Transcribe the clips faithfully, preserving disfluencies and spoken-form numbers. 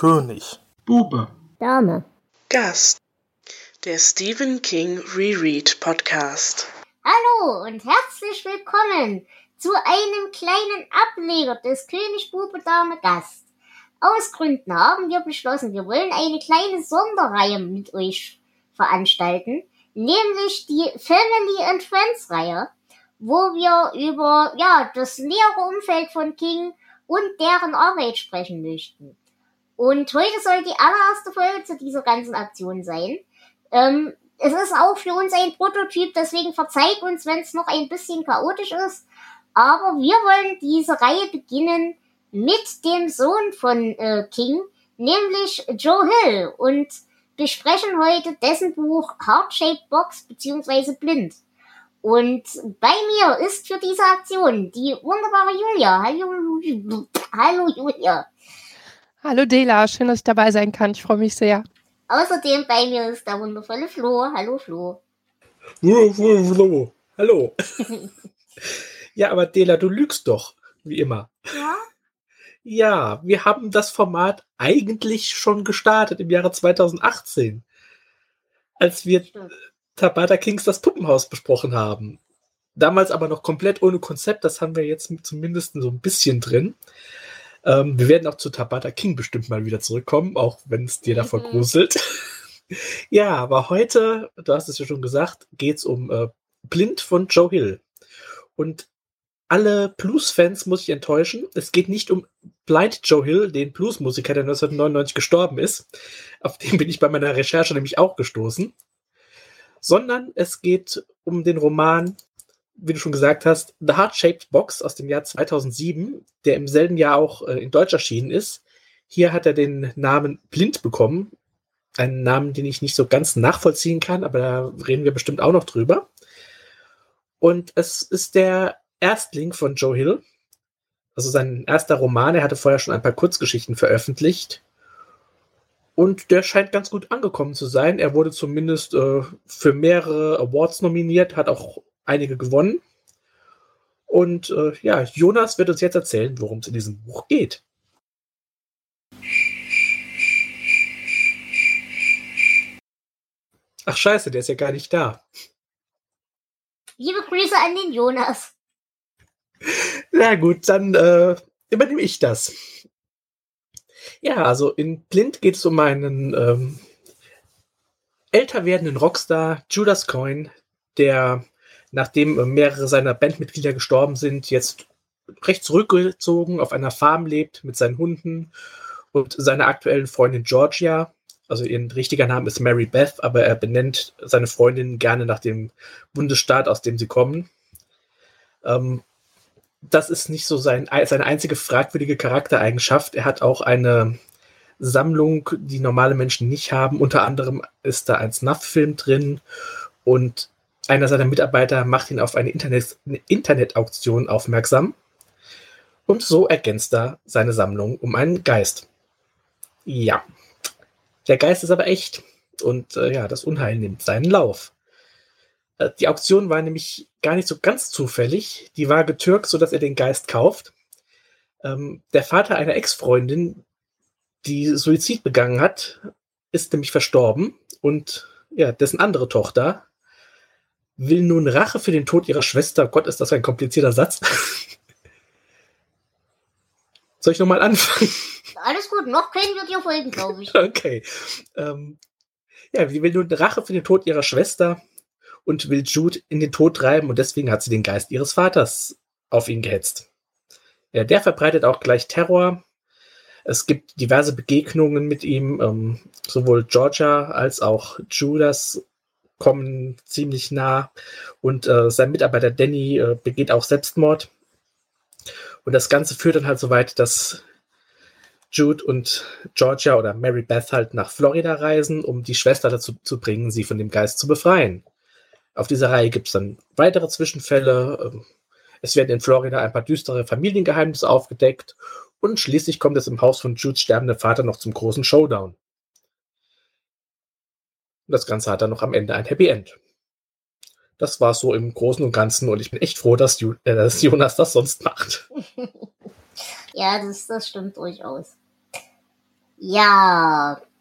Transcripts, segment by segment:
König. Bube. Dame. Gast. Der Stephen King Reread Podcast. Hallo und herzlich willkommen zu einem kleinen Ableger des König, Bube, Dame, Gast. Aus Gründen haben wir beschlossen, wir wollen eine kleine Sonderreihe mit euch veranstalten, nämlich die Family and Friends Reihe, wo wir über ja das nähere Umfeld von King und deren Arbeit sprechen möchten. Und heute soll die allererste Folge zu dieser ganzen Aktion sein. Ähm, es ist auch für uns ein Prototyp, deswegen verzeiht uns, wenn es noch ein bisschen chaotisch ist. Aber wir wollen diese Reihe beginnen mit dem Sohn von äh, King, nämlich Joe Hill, und besprechen heute dessen Buch Heart-Shaped Box bzw. Blind. Und bei mir ist für diese Aktion die wunderbare Julia. Hallo, hallo Julia. Hallo Dela, schön, dass ich dabei sein kann. Ich freue mich sehr. Außerdem bei mir ist der wundervolle Flo. Hallo Flo. Flo. Hallo. Ja, aber Dela, du lügst doch, wie immer. Ja? Ja, wir haben das Format eigentlich schon gestartet im Jahre zweitausendachtzehn, als wir Stimmt. Tabata Kings Das Puppenhaus besprochen haben. Damals aber noch komplett ohne Konzept, das haben wir jetzt zumindest so ein bisschen drin. Ähm, wir werden auch zu Tabata King bestimmt mal wieder zurückkommen, auch wenn es dir davor Mhm. gruselt. Ja, aber heute, du hast es ja schon gesagt, geht es um äh, Blind von Joe Hill. Und alle Blues-Fans muss ich enttäuschen. Es geht nicht um Blind Joe Hill, den Bluesmusiker, der neunzehnhundertneunundneunzig gestorben ist. Auf den bin ich bei meiner Recherche nämlich auch gestoßen. Sondern es geht um den Roman, wie du schon gesagt hast, The Heart-Shaped Box aus dem Jahr zweitausendsieben, der im selben Jahr auch äh, in Deutsch erschienen ist. Hier hat er den Namen Blind bekommen. Einen Namen, den ich nicht so ganz nachvollziehen kann, aber da reden wir bestimmt auch noch drüber. Und es ist der Erstling von Joe Hill, also sein erster Roman. Er hatte vorher schon ein paar Kurzgeschichten veröffentlicht. Und der scheint ganz gut angekommen zu sein. Er wurde zumindest äh, für mehrere Awards nominiert, hat auch einige gewonnen. Und äh, ja, Jonas wird uns jetzt erzählen, worum es in diesem Buch geht. Ach scheiße, der ist ja gar nicht da. Liebe Grüße an den Jonas. Na gut, dann äh, übernehme ich das. Ja, also in Blind geht es um einen ähm, älter werdenden Rockstar, Judas Coyne, der, nachdem äh, mehrere seiner Bandmitglieder gestorben sind, jetzt recht zurückgezogen auf einer Farm lebt mit seinen Hunden und seiner aktuellen Freundin Georgia. Also ihr richtiger Name ist Mary Beth, aber er benennt seine Freundin gerne nach dem Bundesstaat, aus dem sie kommen. Ähm, Das ist nicht so sein, seine einzige fragwürdige Charaktereigenschaft. Er hat auch eine Sammlung, die normale Menschen nicht haben. Unter anderem ist da ein Snuff-Film drin und einer seiner Mitarbeiter macht ihn auf eine, Internet, eine Internetauktion aufmerksam. Und so ergänzt er seine Sammlung um einen Geist. Ja, der Geist ist aber echt und äh, ja, das Unheil nimmt seinen Lauf. Die Auktion war nämlich gar nicht so ganz zufällig. Die war getürkt, sodass er den Geist kauft. Ähm, der Vater einer Ex-Freundin, die Suizid begangen hat, ist nämlich verstorben. Und ja, dessen andere Tochter will nun Rache für den Tod ihrer Schwester. Gott, ist das ein komplizierter Satz. Soll ich nochmal anfangen? Alles gut, noch können wir dir folgen, glaube ich. Okay. Ähm, ja, sie will nun Rache für den Tod ihrer Schwester und will Jude in den Tod treiben und deswegen hat sie den Geist ihres Vaters auf ihn gehetzt. Ja, der verbreitet auch gleich Terror. Es gibt diverse Begegnungen mit ihm. Ähm, sowohl Georgia als auch Judas kommen ziemlich nah und äh, sein Mitarbeiter Danny äh, begeht auch Selbstmord. Und das Ganze führt dann halt so weit, dass Jude und Georgia oder Mary Beth halt nach Florida reisen, um die Schwester dazu zu bringen, sie von dem Geist zu befreien. Auf dieser Reihe gibt es dann weitere Zwischenfälle. Es werden in Florida ein paar düstere Familiengeheimnisse aufgedeckt und schließlich kommt es im Haus von Judes sterbendem Vater noch zum großen Showdown. Und das Ganze hat dann noch am Ende ein Happy End. Das war so im Großen und Ganzen und ich bin echt froh, dass, Ju- äh, dass Jonas das sonst macht. Ja, das, das stimmt durchaus. Ja.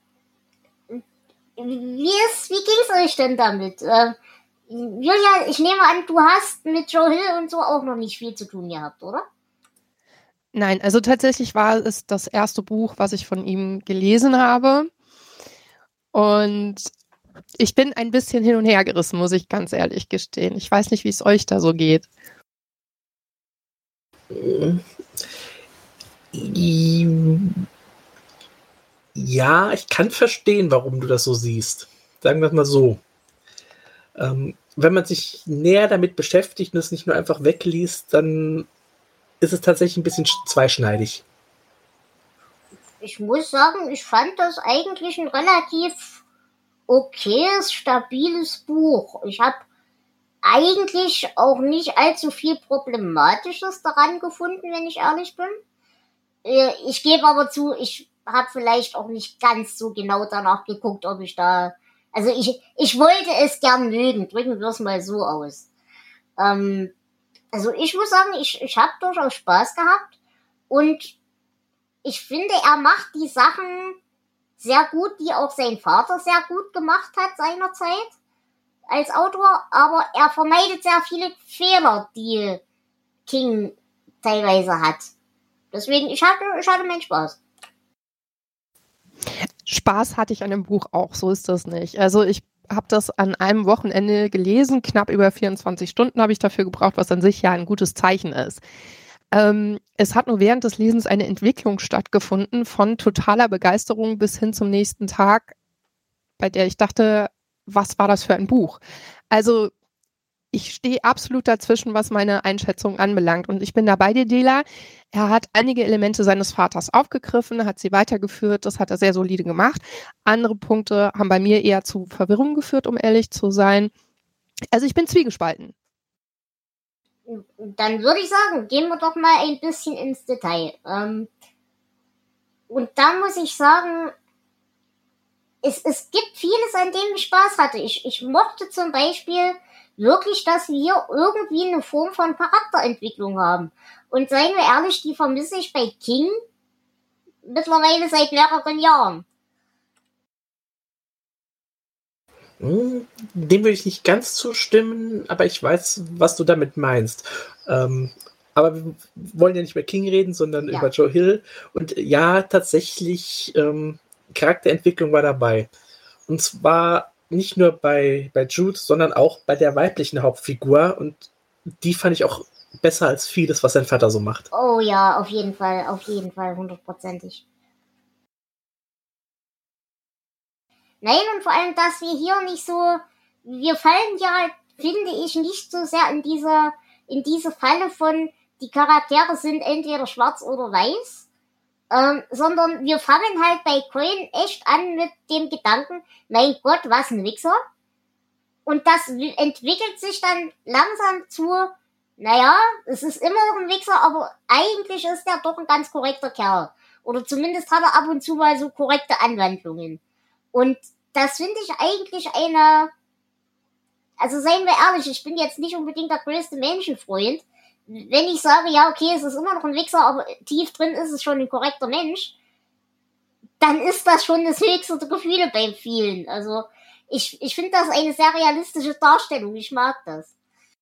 Wie ist, wie ging's euch denn damit? Äh, Julia, ich nehme an, du hast mit Joe Hill und so auch noch nicht viel zu tun gehabt, oder? Nein, also tatsächlich war es das erste Buch, was ich von ihm gelesen habe. Und ich bin ein bisschen hin und her gerissen, muss ich ganz ehrlich gestehen. Ich weiß nicht, wie es euch da so geht. Ja, ich kann verstehen, warum du das so siehst. Sagen wir es mal so. Ähm, wenn man sich näher damit beschäftigt und es nicht nur einfach wegliest, dann ist es tatsächlich ein bisschen zweischneidig. Ich muss sagen, ich fand das eigentlich ein relativ okayes, stabiles Buch. Ich habe eigentlich auch nicht allzu viel Problematisches daran gefunden, wenn ich ehrlich bin. Ich gebe aber zu, ich habe vielleicht auch nicht ganz so genau danach geguckt, ob ich da... Also ich, ich wollte es gern mögen, drücken wir es mal so aus. Ähm, also ich muss sagen, ich, ich habe durchaus Spaß gehabt und ich finde, er macht die Sachen sehr gut, die auch sein Vater sehr gut gemacht hat seinerzeit als Autor, aber er vermeidet sehr viele Fehler, die King teilweise hat. Deswegen, ich hatte, ich hatte meinen Spaß. Spaß hatte ich an dem Buch auch, so ist das nicht. Also ich habe das an einem Wochenende gelesen, knapp über vierundzwanzig Stunden habe ich dafür gebraucht, was an sich ja ein gutes Zeichen ist. Ähm, es hat nur während des Lesens eine Entwicklung stattgefunden, von totaler Begeisterung bis hin zum nächsten Tag, bei der ich dachte, was war das für ein Buch? Also ich stehe absolut dazwischen, was meine Einschätzung anbelangt. Und ich bin da bei dir, Dela. Er hat einige Elemente seines Vaters aufgegriffen, hat sie weitergeführt. Das hat er sehr solide gemacht. Andere Punkte haben bei mir eher zu Verwirrung geführt, um ehrlich zu sein. Also ich bin zwiegespalten. Dann würde ich sagen, gehen wir doch mal ein bisschen ins Detail. Ähm, und da muss ich sagen, es, es gibt vieles, an dem ich Spaß hatte. Ich, ich mochte zum Beispiel wirklich, dass wir irgendwie eine Form von Charakterentwicklung haben. Und seien wir ehrlich, die vermisse ich bei King mittlerweile seit mehreren Jahren. Hm, dem würde ich nicht ganz zustimmen, aber ich weiß, was du damit meinst. Ähm, aber wir wollen ja nicht über King reden, sondern Ja. über Joe Hill. Und ja, tatsächlich, ähm, Charakterentwicklung war dabei. Und zwar nicht nur bei, bei Jude, sondern auch bei der weiblichen Hauptfigur. Und die fand ich auch besser als vieles, was sein Vater so macht. Oh ja, auf jeden Fall, auf jeden Fall, hundertprozentig. Nein, und vor allem, dass wir hier nicht so, wir fallen ja, finde ich, nicht so sehr in diese, in diese Falle von, die Charaktere sind entweder schwarz oder weiß, ähm, sondern wir fangen halt bei Coin echt an mit dem Gedanken, mein Gott, was ein Wichser. Und das entwickelt sich dann langsam zu, naja, es ist immer noch ein Wichser, aber eigentlich ist er doch ein ganz korrekter Kerl. Oder zumindest hat er ab und zu mal so korrekte Anwandlungen. Und das finde ich eigentlich eine, also seien wir ehrlich, ich bin jetzt nicht unbedingt der größte Menschenfreund. Wenn ich sage, ja, okay, es ist immer noch ein Wichser, aber tief drin ist es schon ein korrekter Mensch, dann ist das schon das höchste der Gefühle bei vielen. Also ich, ich finde das eine sehr realistische Darstellung, ich mag das.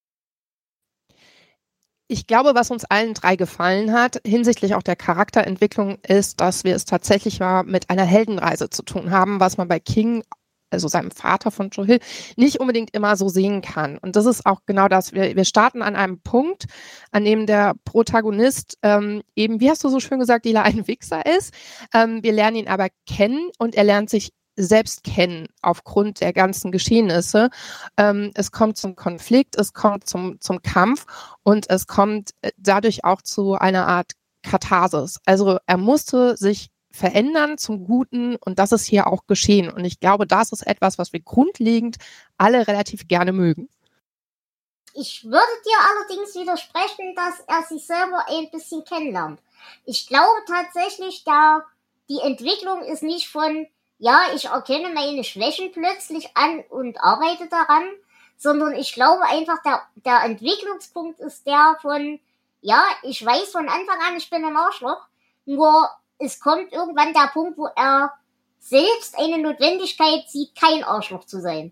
Ich glaube, was uns allen drei gefallen hat, hinsichtlich auch der Charakterentwicklung, ist, dass wir es tatsächlich mal mit einer Heldenreise zu tun haben, was man bei King, also seinem Vater von Joe Hill, nicht unbedingt immer so sehen kann. Und das ist auch genau das. Wir, wir starten an einem Punkt, an dem der Protagonist ähm, eben, wie hast du so schön gesagt, Dela, ein Wichser ist. Ähm, wir lernen ihn aber kennen und er lernt sich selbst kennen aufgrund der ganzen Geschehnisse. Ähm, es kommt zum Konflikt, es kommt zum, zum Kampf und es kommt dadurch auch zu einer Art Katharsis. Also er musste sich verändern zum Guten und das ist hier auch geschehen. Und ich glaube, das ist etwas, was wir grundlegend alle relativ gerne mögen. Ich würde dir allerdings widersprechen, dass er sich selber ein bisschen kennenlernt. Ich glaube tatsächlich, da die Entwicklung ist nicht von, ja, ich erkenne meine Schwächen plötzlich an und arbeite daran, sondern ich glaube einfach, der, der Entwicklungspunkt ist der von, ja, ich weiß von Anfang an, ich bin ein Arschloch, nur es kommt irgendwann der Punkt, wo er selbst eine Notwendigkeit sieht, kein Arschloch zu sein.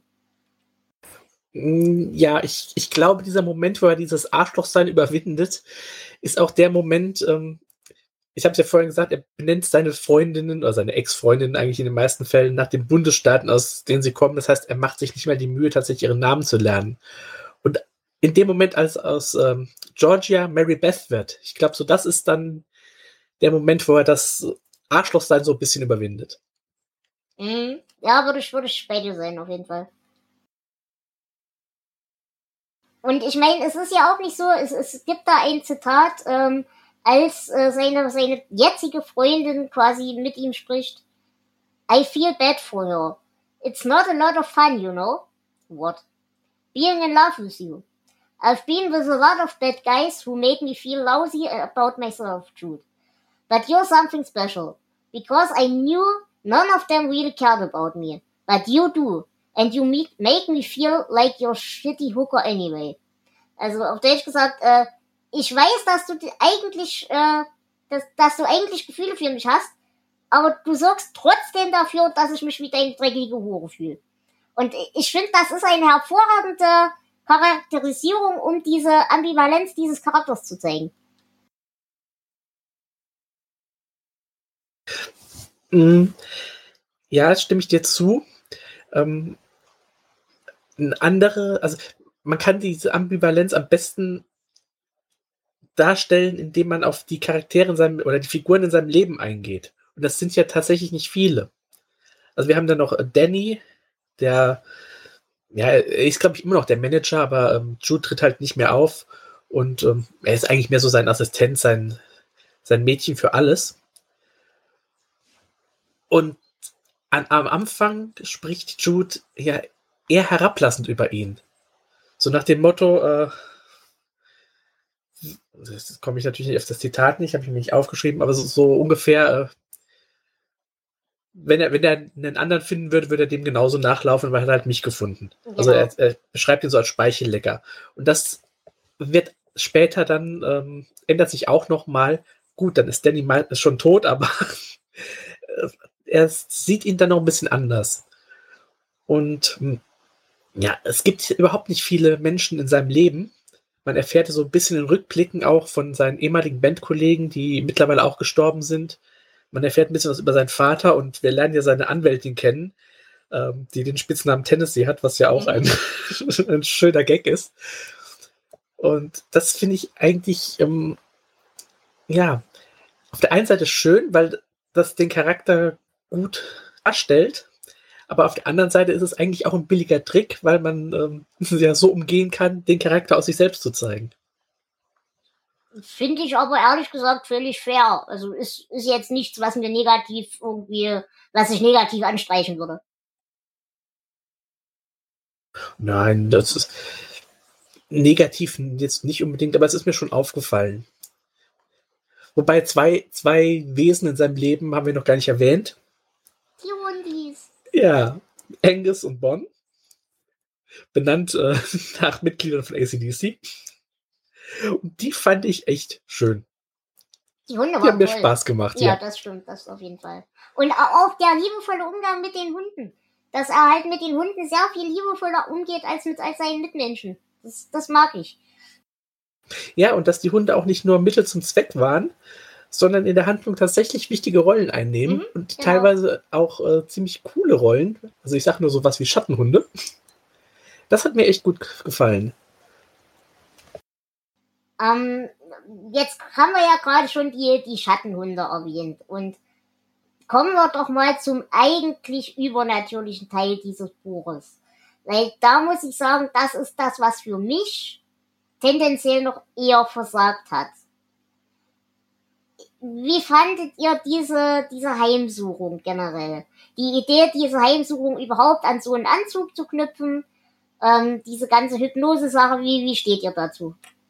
Ja, ich, ich glaube, dieser Moment, wo er dieses Arschlochsein überwindet, ist auch der Moment, ähm, ich habe es ja vorhin gesagt, er benennt seine Freundinnen oder seine Ex-Freundinnen eigentlich in den meisten Fällen nach den Bundesstaaten, aus denen sie kommen. Das heißt, er macht sich nicht mehr die Mühe, tatsächlich ihren Namen zu lernen. Und in dem Moment, als aus ähm, Georgia Mary Beth wird, ich glaube, so das ist dann der Moment, wo er das Arschlochsein so ein bisschen überwindet. Mhm. Ja, würde ich, würde ich bei dir sein, auf jeden Fall. Und ich meine, es ist ja auch nicht so, es, es gibt da ein Zitat, ähm, als äh, seine, seine jetzige Freundin quasi mit ihm spricht. I feel bad for her. It's not a lot of fun, you know? What? Being in love with you. I've been with a lot of bad guys who made me feel lousy about myself, Jude. But you're something special. Because I knew none of them really cared about me. But you do. And you make me feel like you're shitty hooker anyway. Also auf Deutsch gesagt, äh, ich weiß, dass du eigentlich, äh, dass, dass du eigentlich Gefühle für mich hast, aber du sorgst trotzdem dafür, dass ich mich wie deine dreckige Hure fühle. Und ich finde, das ist eine hervorragende Charakterisierung, um diese Ambivalenz dieses Charakters zu zeigen. Mm, ja, stimme ich dir zu. Ähm, eine andere, also man kann diese Ambivalenz am besten darstellen, indem man auf die Charaktere in seinem, oder die Figuren in seinem Leben eingeht. Und das sind ja tatsächlich nicht viele. Also wir haben dann noch Danny, der, ja, er ist, glaube ich, immer noch der Manager, aber ähm, Jude tritt halt nicht mehr auf. Und ähm, er ist eigentlich mehr so sein Assistent, sein, sein Mädchen für alles. Und an, am Anfang spricht Jude ja eher herablassend über ihn. So nach dem Motto, äh, das komme ich natürlich nicht auf das Zitat nicht, habe ich mir nicht aufgeschrieben, aber so, so ungefähr, äh, wenn er, wenn er einen anderen finden würde, würde er dem genauso nachlaufen, weil er hat halt mich gefunden. Genau. Also er, er beschreibt ihn so als Speichellecker. Und das wird später dann, ähm, ändert sich auch nochmal. Gut, dann ist Danny mal, ist schon tot, aber er sieht ihn dann noch ein bisschen anders. Und ja, es gibt überhaupt nicht viele Menschen in seinem Leben. Man erfährt so ein bisschen in Rückblicken auch von seinen ehemaligen Bandkollegen, die mittlerweile auch gestorben sind. Man erfährt ein bisschen was über seinen Vater und wir lernen ja seine Anwältin kennen, ähm, die den Spitznamen Tennessee hat, was ja auch ein, ein schöner Gag ist. Und das finde ich eigentlich, ähm, ja, auf der einen Seite schön, weil das den Charakter gut darstellt. Aber auf der anderen Seite ist es eigentlich auch ein billiger Trick, weil man ähm, ja so umgehen kann, den Charakter aus sich selbst zu zeigen. Finde ich aber ehrlich gesagt völlig fair. Also ist, ist jetzt nichts, was mir negativ irgendwie, was ich negativ anstreichen würde. Nein, das ist negativ jetzt nicht unbedingt, aber es ist mir schon aufgefallen. Wobei zwei, zwei Wesen in seinem Leben haben wir noch gar nicht erwähnt. Die Hundis. Ja, Angus und Bon. Benannt äh, nach Mitgliedern von A C D C. Und die fand ich echt schön. Die Hunde die waren haben mir toll. Spaß gemacht. Ja, Ja, das stimmt, das auf jeden Fall. Und auch der liebevolle Umgang mit den Hunden. Dass er halt mit den Hunden sehr viel liebevoller umgeht als mit als seinen Mitmenschen. Das, das mag ich. ja, und dass die Hunde auch nicht nur Mittel zum Zweck waren, sondern in der Handlung tatsächlich wichtige Rollen einnehmen Mhm, und genau. teilweise auch äh, ziemlich coole Rollen. Also ich sage nur sowas wie Schattenhunde. Das hat mir echt gut gefallen. Ähm, jetzt haben wir ja gerade schon die, die Schattenhunde erwähnt. Und kommen wir doch mal zum eigentlich übernatürlichen Teil dieses Buches. Weil da muss ich sagen, das ist das, was für mich tendenziell noch eher versagt hat. Wie fandet ihr diese, diese Heimsuchung generell? Die Idee, diese Heimsuchung überhaupt an so einen Anzug zu knüpfen, ähm, diese ganze Hypnose-Sache, wie, wie steht ihr dazu?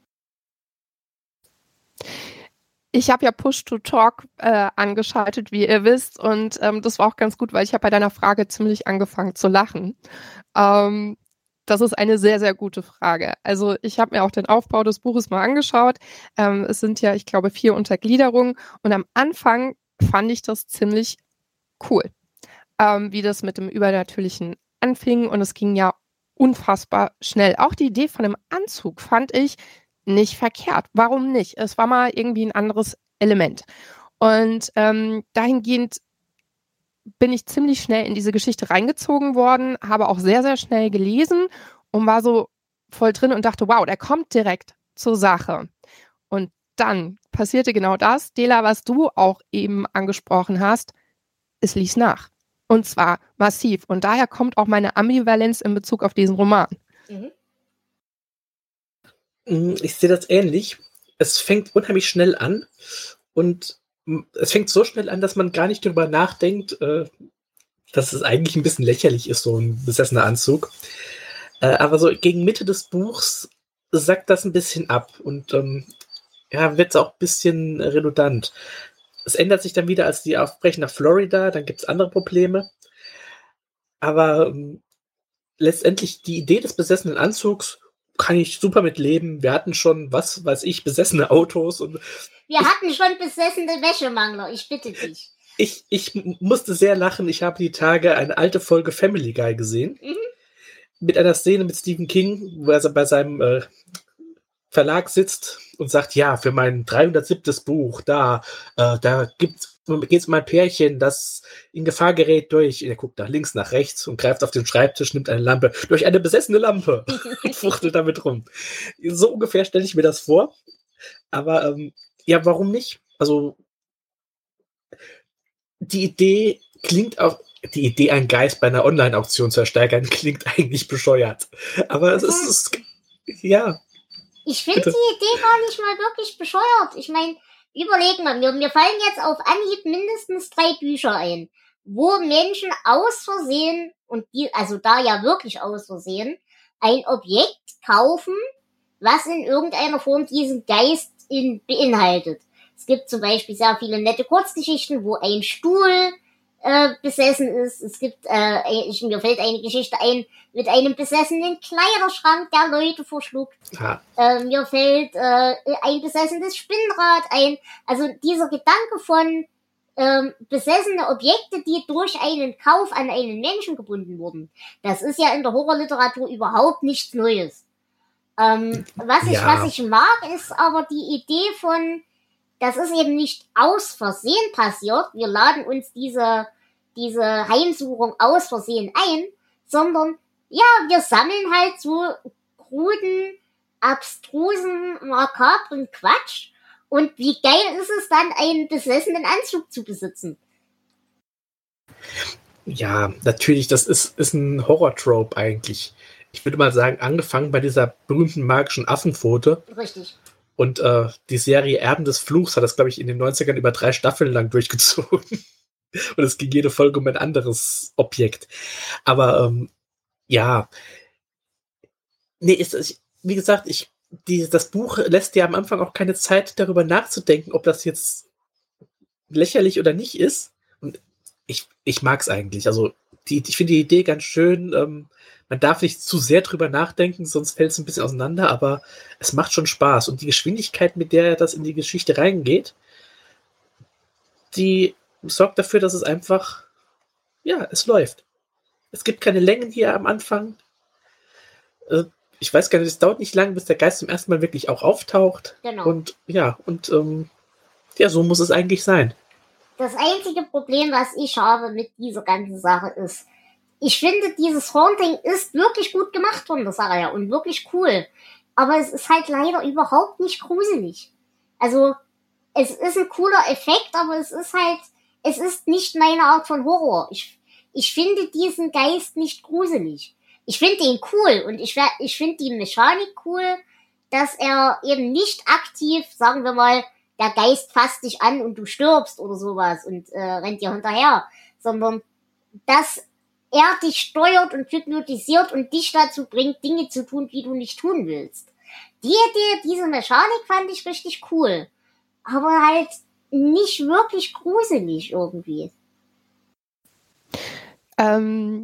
Ich habe ja Push-to-Talk äh, angeschaltet, wie ihr wisst, und ähm, das war auch ganz gut, weil ich habe bei deiner Frage ziemlich angefangen zu lachen. Ähm, das ist eine sehr, sehr gute Frage. Also ich habe mir auch den Aufbau des Buches mal angeschaut. Ähm, es sind ja, ich glaube, vier Untergliederungen und am Anfang fand ich das ziemlich cool, ähm, wie das mit dem Übernatürlichen anfing und es ging ja unfassbar schnell. Auch die Idee von einem Anzug fand ich nicht verkehrt. Warum nicht? Es war mal irgendwie ein anderes Element. Und ähm, dahingehend bin ich ziemlich schnell in diese Geschichte reingezogen worden, habe auch sehr, sehr schnell gelesen und war so voll drin und dachte, wow, der kommt direkt zur Sache. Und dann passierte genau das, Dela, was du auch eben angesprochen hast, es ließ nach. Und zwar massiv. Und daher kommt auch meine Ambivalenz in Bezug auf diesen Roman. Mhm. Ich sehe das ähnlich. Es fängt unheimlich schnell an und es fängt so schnell an, dass man gar nicht darüber nachdenkt, äh, dass es eigentlich ein bisschen lächerlich ist, so ein besessener Anzug. Äh, aber so gegen Mitte des Buchs sackt das ein bisschen ab und ähm, ja, wird es auch ein bisschen redundant. Es ändert sich dann wieder, als die aufbrechen nach Florida, dann gibt es andere Probleme. Aber ähm, letztendlich die Idee des besessenen Anzugs kann ich super mit leben. Wir hatten schon, was weiß ich, besessene Autos. Und Wir hatten schon besessene Wäschemangler, ich bitte dich. ich, ich musste sehr lachen. Ich habe die Tage eine alte Folge Family Guy gesehen. Mhm. Mit einer Szene mit Stephen King, wo er bei seinem äh, Verlag sitzt und sagt, ja, für mein dreihundertsiebtes Buch, da, äh, da geht es um ein Pärchen, das in Gefahr gerät durch, er guckt nach links, nach rechts und greift auf den Schreibtisch, nimmt eine Lampe, durch eine besessene Lampe und fuchtelt damit rum. So ungefähr stelle ich mir das vor. Aber ähm, ja, warum nicht? Also die Idee klingt auch, die Idee, einen Geist bei einer Online-Auktion zu ersteigern, klingt eigentlich bescheuert. Aber es ist, es ist ja. Ich finde die Idee gar nicht mal wirklich bescheuert. Ich meine, überlegen wir, mir, mir fallen jetzt auf Anhieb mindestens drei Bücher ein, wo Menschen aus Versehen, und die, also da ja wirklich aus Versehen, ein Objekt kaufen, was in irgendeiner Form diesen Geist in, beinhaltet. Es gibt zum Beispiel sehr viele nette Kurzgeschichten, wo ein Stuhl äh, besessen ist. Es gibt, äh, ich, mir fällt eine Geschichte ein, mit einem besessenen Kleiderschrank, der Leute verschluckt. Ja. Äh, mir fällt äh, ein besessenes Spinnrad ein. Also dieser Gedanke von ähm, besessene Objekte, die durch einen Kauf an einen Menschen gebunden wurden, das ist ja in der Horrorliteratur überhaupt nichts Neues. Ähm, was ich, Ja. was ich mag, ist aber die Idee von, das ist eben nicht aus Versehen passiert, wir laden uns diese, diese Heimsuchung aus Versehen ein, sondern, ja, wir sammeln halt so kruden, abstrusen, makabren Quatsch. Und wie geil ist es dann, einen besessenen Anzug zu besitzen? Ja, natürlich, das ist, ist ein Horror-Trope eigentlich. Ich würde mal sagen, angefangen bei dieser berühmten magischen Affenpfote. Richtig. Und äh, die Serie Erben des Fluchs hat das, glaube ich, in den neunzigern über drei Staffeln lang durchgezogen. Und es ging jede Folge um ein anderes Objekt. Aber ähm, ja, nee, ist, ist, wie gesagt, ich, die, das Buch lässt dir am Anfang auch keine Zeit, darüber nachzudenken, ob das jetzt lächerlich oder nicht ist. Und ich, ich mag es eigentlich. Also die, ich finde die Idee ganz schön. Ähm, man darf nicht zu sehr drüber nachdenken, sonst fällt es ein bisschen auseinander, aber es macht schon Spaß. Und die Geschwindigkeit, mit der das in die Geschichte reingeht, die sorgt dafür, dass es einfach, ja, es läuft. Es gibt keine Längen hier am Anfang. Äh, ich weiß gar nicht, es dauert nicht lange, bis der Geist zum ersten Mal wirklich auch auftaucht. Genau. Und ja, und ähm, ja, so muss es eigentlich sein. Das einzige Problem, was ich habe mit dieser ganzen Sache ist, ich finde, dieses Haunting ist wirklich gut gemacht von der Sache und wirklich cool. Aber es ist halt leider überhaupt nicht gruselig. Also, es ist ein cooler Effekt, aber es ist halt, es ist nicht meine Art von Horror. Ich, ich finde diesen Geist nicht gruselig. Ich finde ihn cool und ich, ich finde die Mechanik cool, dass er eben nicht aktiv, sagen wir mal, der Geist fasst dich an und du stirbst oder sowas und äh, rennt dir hinterher, sondern dass er dich steuert und hypnotisiert und dich dazu bringt, Dinge zu tun, die du nicht tun willst. Die Idee, diese Mechanik fand ich richtig cool, aber halt nicht wirklich gruselig irgendwie. Ähm,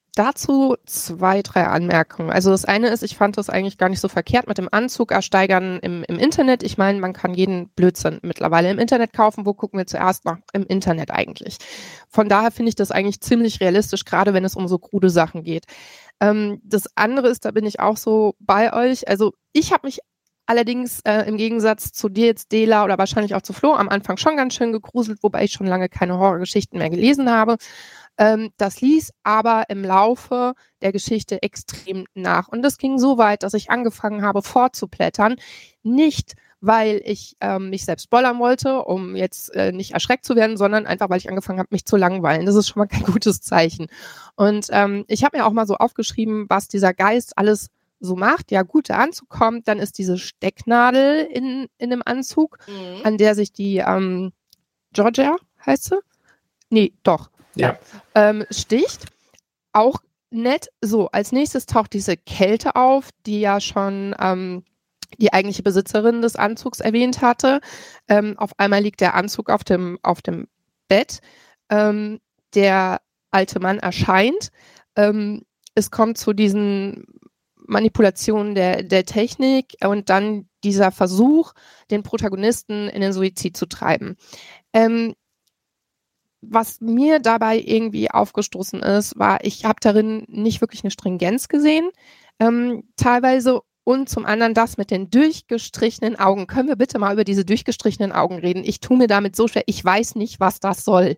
Dazu zwei, drei Anmerkungen. Also das eine ist, ich fand das eigentlich gar nicht so verkehrt mit dem Anzug ersteigern im, im Internet. Ich meine, man kann jeden Blödsinn mittlerweile im Internet kaufen. Wo gucken wir zuerst nach? Im Internet eigentlich. Von daher finde ich das eigentlich ziemlich realistisch, gerade wenn es um so krude Sachen geht. Ähm, das andere ist, da bin ich auch so bei euch. Also ich habe mich allerdings äh, im Gegensatz zu dir jetzt, Dela, oder wahrscheinlich auch zu Flo, am Anfang schon ganz schön gegruselt, wobei ich schon lange keine Horrorgeschichten mehr gelesen habe. Ähm, das ließ aber im Laufe der Geschichte extrem nach. Und das ging so weit, dass ich angefangen habe, vorzublättern. Nicht, weil ich ähm, mich selbst spoilern wollte, um jetzt äh, nicht erschreckt zu werden, sondern einfach, weil ich angefangen habe, mich zu langweilen. Das ist schon mal kein gutes Zeichen. Und ähm, ich habe mir auch mal so aufgeschrieben, was dieser Geist alles so macht. Ja gut, der Anzug kommt, dann ist diese Stecknadel in, in dem Anzug, Mhm. an der sich die ähm, Georgia, heißt sie? Nee, doch. Ja. Ähm, sticht. Auch nett. So, als nächstes taucht diese Kälte auf, die ja schon ähm, die eigentliche Besitzerin des Anzugs erwähnt hatte. Ähm, auf einmal liegt der Anzug auf dem, auf dem Bett. Ähm, der alte Mann erscheint. Ähm, es kommt zu diesen Manipulationen der, der Technik und dann dieser Versuch, den Protagonisten in den Suizid zu treiben. Ähm, Was mir dabei irgendwie aufgestoßen ist, war, ich habe darin nicht wirklich eine Stringenz gesehen, ähm, teilweise. Und zum anderen das mit den durchgestrichenen Augen. Können wir bitte mal über diese durchgestrichenen Augen reden? Ich tue mir damit so schwer, ich weiß nicht, was das soll.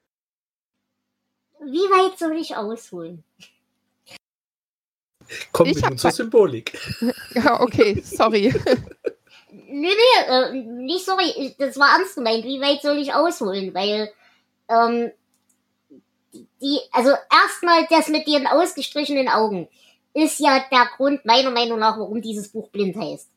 Wie weit soll ich ausholen? Kommen Ich wir hab nun zur bei- Symbolik. Ja, okay, sorry. Nee, nee, äh, nicht sorry, das war ernst gemeint. Wie weit soll ich ausholen? Weil, ähm, die, also erstmal das mit den ausgestrichenen Augen ist ja der Grund meiner Meinung nach, warum dieses Buch Blind heißt.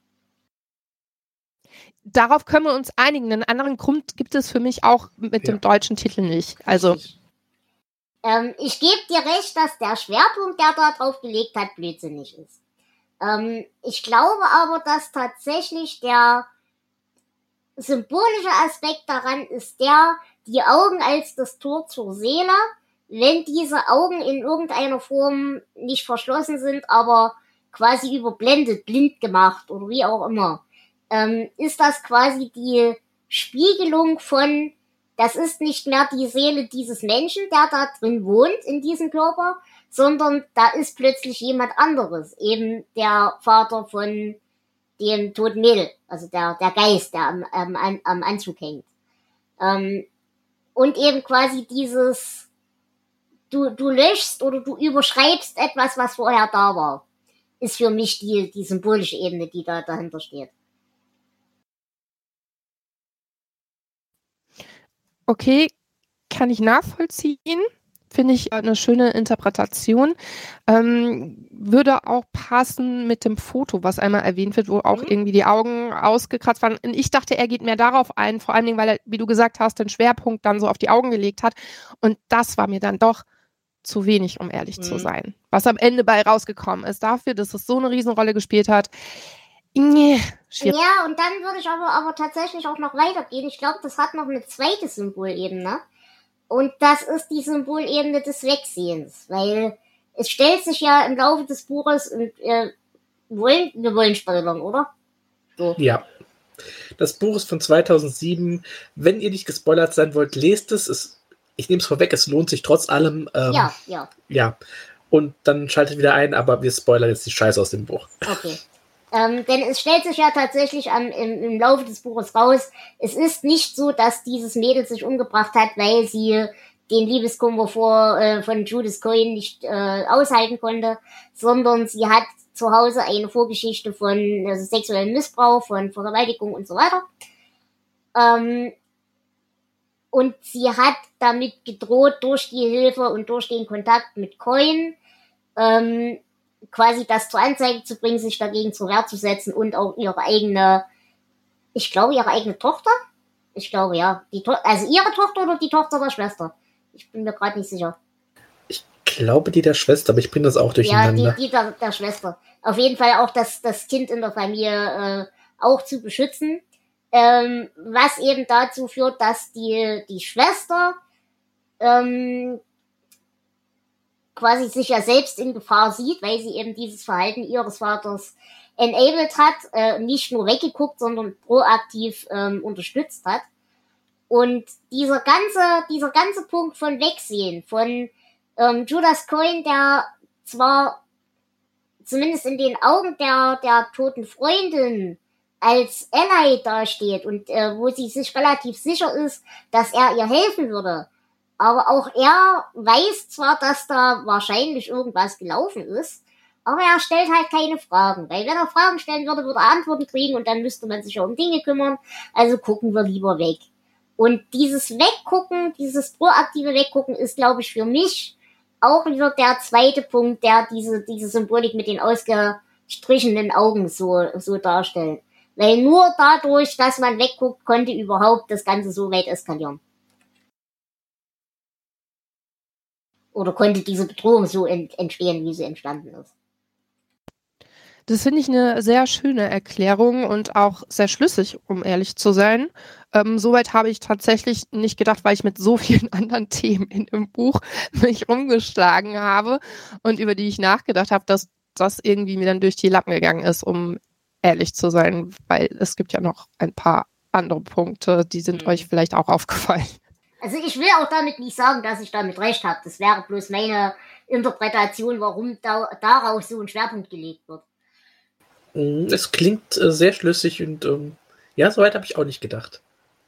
Darauf können wir uns einigen. Einen anderen Grund gibt es für mich auch mit Ja. dem deutschen Titel nicht. Also, Richtig. Ähm, ich gebe dir recht, dass der Schwerpunkt, der da drauf gelegt hat, blödsinnig ist. Ähm, ich glaube aber, dass tatsächlich der symbolische Aspekt daran ist der, die Augen als das Tor zur Seele. Wenn diese Augen in irgendeiner Form nicht verschlossen sind, aber quasi überblendet, blind gemacht oder wie auch immer, ähm, ist das quasi die Spiegelung von, das ist nicht mehr die Seele dieses Menschen, der da drin wohnt in diesem Körper, sondern da ist plötzlich jemand anderes, eben der Vater von dem toten Mädel, also der, der Geist, der am, am, am Anzug hängt. Ähm, und eben quasi dieses, du, du löschst oder du überschreibst etwas, was vorher da war, ist für mich die, die symbolische Ebene, die da dahinter steht. okay, kann ich nachvollziehen. Finde ich eine schöne Interpretation. Ähm, würde auch passen mit dem Foto, was einmal erwähnt wird, wo auch Mhm. irgendwie die Augen ausgekratzt waren. Und ich dachte, er geht mehr darauf ein, vor allen Dingen, weil er, wie du gesagt hast, den Schwerpunkt dann so auf die Augen gelegt hat. Und das war mir dann doch zu wenig, um ehrlich zu Mhm. sein. Was am Ende bei rausgekommen ist, dafür, dass es so eine Riesenrolle gespielt hat. Nee, schwierig. Ja, und dann würde ich aber, aber tatsächlich auch noch weitergehen. Ich glaube, das hat noch eine zweite Symbolebene. Und das ist die Symbolebene des Wegsehens. Weil es stellt sich ja im Laufe des Buches, und äh, wollen, wir wollen spoilern, oder? So. Ja. Das Buch ist von zweitausendsieben. Wenn ihr nicht gespoilert sein wollt, lest es. es ich nehme es vorweg, es lohnt sich trotz allem. Ähm, Ja, ja, Ja. Und dann schaltet wieder ein, aber wir spoilern jetzt die Scheiße aus dem Buch. okay. Ähm, denn es stellt sich ja tatsächlich am, im, im Laufe des Buches raus, es ist nicht so, dass dieses Mädel sich umgebracht hat, weil sie den Liebeskummer vor, äh, von Judith Coyne nicht äh, aushalten konnte, sondern sie hat zu Hause eine Vorgeschichte von also sexuellem Missbrauch, von Vergewaltigung und so weiter. Ähm, und sie hat damit gedroht, durch die Hilfe und durch den Kontakt mit Coyne ähm, quasi das zur Anzeige zu bringen, sich dagegen zur Wehr zu setzen und auch ihre eigene, ich glaube, ihre eigene Tochter? Ich glaube, ja. Die to- also ihre Tochter oder die Tochter der Schwester? Ich bin mir gerade nicht sicher. Ich glaube, die der Schwester, aber ich bringe das auch Ja, durcheinander. die, die der, der Schwester. Auf jeden Fall auch das, das Kind in der Familie äh, auch zu beschützen. Ähm, was eben dazu führt, dass die, die Schwester ähm, quasi sich ja selbst in Gefahr sieht, weil sie eben dieses Verhalten ihres Vaters enabled hat, äh, nicht nur weggeguckt, sondern proaktiv ähm, unterstützt hat. Und dieser ganze, dieser ganze Punkt von Wegsehen, von ähm, Judas Coin, der zwar zumindest in den Augen der, der toten Freundin als Ally dasteht und äh, wo sie sich relativ sicher ist, dass er ihr helfen würde, aber auch er weiß zwar, dass da wahrscheinlich irgendwas gelaufen ist, aber er stellt halt keine Fragen, weil wenn er Fragen stellen würde, würde er Antworten kriegen und dann müsste man sich ja um Dinge kümmern, also gucken wir lieber weg. Und dieses Weggucken, dieses proaktive Weggucken ist, glaube ich, für mich auch wieder der zweite Punkt, der diese, diese Symbolik mit den ausgestrichenen Augen so, so darstellt. Weil nur dadurch, dass man wegguckt, konnte überhaupt das Ganze so weit eskalieren. Oder konnte diese Bedrohung so ent- entstehen, wie sie entstanden ist. Das finde ich eine sehr schöne Erklärung und auch sehr schlüssig, um ehrlich zu sein. Ähm, Soweit habe ich tatsächlich nicht gedacht, weil ich mit so vielen anderen Themen in dem Buch mich rumgeschlagen habe und über die ich nachgedacht habe, dass das irgendwie mir dann durch die Lappen gegangen ist, um ehrlich zu sein, weil es gibt ja noch ein paar andere Punkte, die sind mhm. euch vielleicht auch aufgefallen. Also ich will auch damit nicht sagen, dass ich damit recht habe. Das wäre bloß meine Interpretation, warum da, daraus so ein Schwerpunkt gelegt wird. Es klingt äh, sehr schlüssig und ähm, ja, soweit habe ich auch nicht gedacht.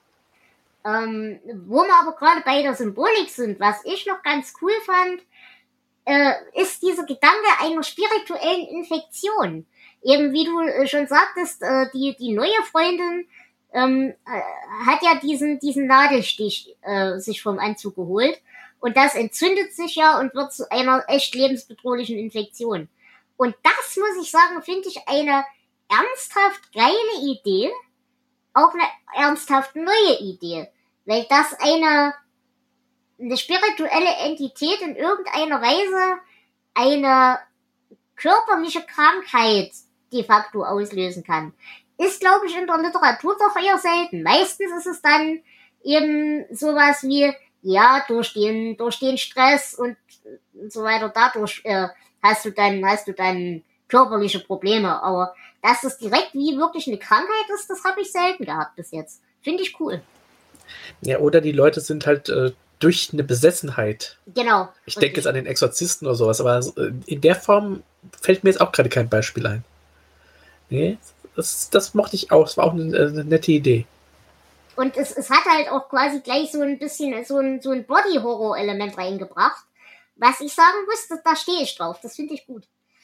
Ähm, wo wir aber gerade bei der Symbolik sind, was ich noch ganz cool fand, äh, ist dieser Gedanke einer spirituellen Infektion. Eben wie du äh, schon sagtest, äh, die, die neue Freundin ähm, äh, hat ja diesen, diesen Nadelstich äh, sich vom Anzug geholt und das entzündet sich ja und wird zu einer echt lebensbedrohlichen Infektion. Und das, muss ich sagen, finde ich eine ernsthaft geile Idee, auch eine ernsthaft neue Idee, weil das eine, eine spirituelle Entität in irgendeiner Weise eine körperliche Krankheit de facto auslösen kann. Ist, glaube ich, in der Literatur doch eher selten. Meistens ist es dann eben sowas wie, ja, durch den, durch den Stress und so weiter, dadurch äh, hast du dann, hast du dann körperliche Probleme. Aber dass es direkt wie wirklich eine Krankheit ist, das habe ich selten gehabt bis jetzt. Finde ich cool. Ja, oder die Leute sind halt äh, durch eine Besessenheit. Genau. Ich denke jetzt an den Exorzisten oder sowas, aber äh, in der Form fällt mir jetzt auch gerade kein Beispiel ein. Nee, das, das mochte ich auch. Das war auch eine, eine nette Idee. Und es, es hat halt auch quasi gleich so ein bisschen so ein, so ein Body-Horror-Element reingebracht. Was ich sagen muss, da stehe ich drauf. Das finde ich gut.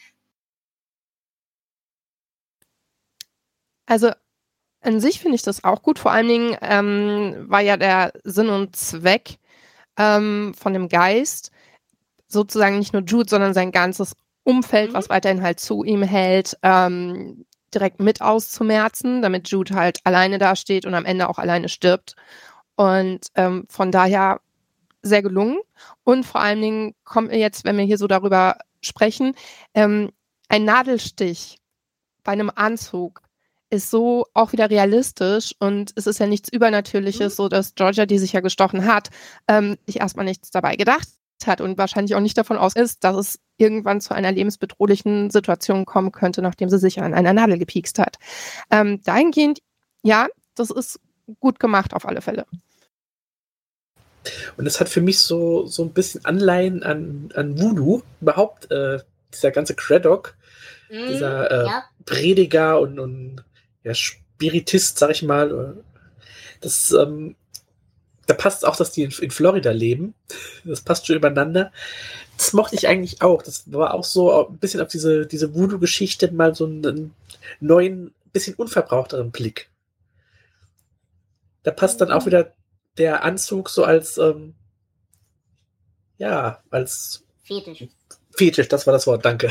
Also an sich finde ich das auch gut. Vor allen Dingen ähm, war ja der Sinn und Zweck ähm, von dem Geist sozusagen nicht nur Jude, sondern sein ganzes Umfeld, mhm. was weiterhin halt zu ihm hält, ähm, direkt mit auszumerzen, damit Jude halt alleine dasteht und am Ende auch alleine stirbt. Und ähm, von daher sehr gelungen. Und vor allen Dingen kommt mir jetzt, wenn wir hier so darüber sprechen, ähm, ein Nadelstich bei einem Anzug ist so auch wieder realistisch und es ist ja nichts Übernatürliches, mhm. so dass Georgia, die sich ja gestochen hat, ähm, sich erstmal nichts dabei gedacht hat und wahrscheinlich auch nicht davon aus ist, dass es irgendwann zu einer lebensbedrohlichen Situation kommen könnte, nachdem sie sich an einer Nadel gepiekst hat. Ähm, dahingehend, ja, das ist gut gemacht auf alle Fälle. Und es hat für mich so, so ein bisschen Anleihen an, an Voodoo. Überhaupt äh, dieser ganze Craddock, mm, dieser äh, ja. Prediger und, und ja, Spiritist, sag ich mal. Das, ähm, da passt auch, dass die in, in Florida leben. Das passt schon übereinander. Das mochte ich eigentlich auch. Das war auch so ein bisschen auf diese, diese Voodoo-Geschichte mal so einen neuen, bisschen unverbrauchteren Blick. Da passt dann auch wieder der Anzug so als, ähm, ja, als Fetisch. Fetisch, das war das Wort, danke.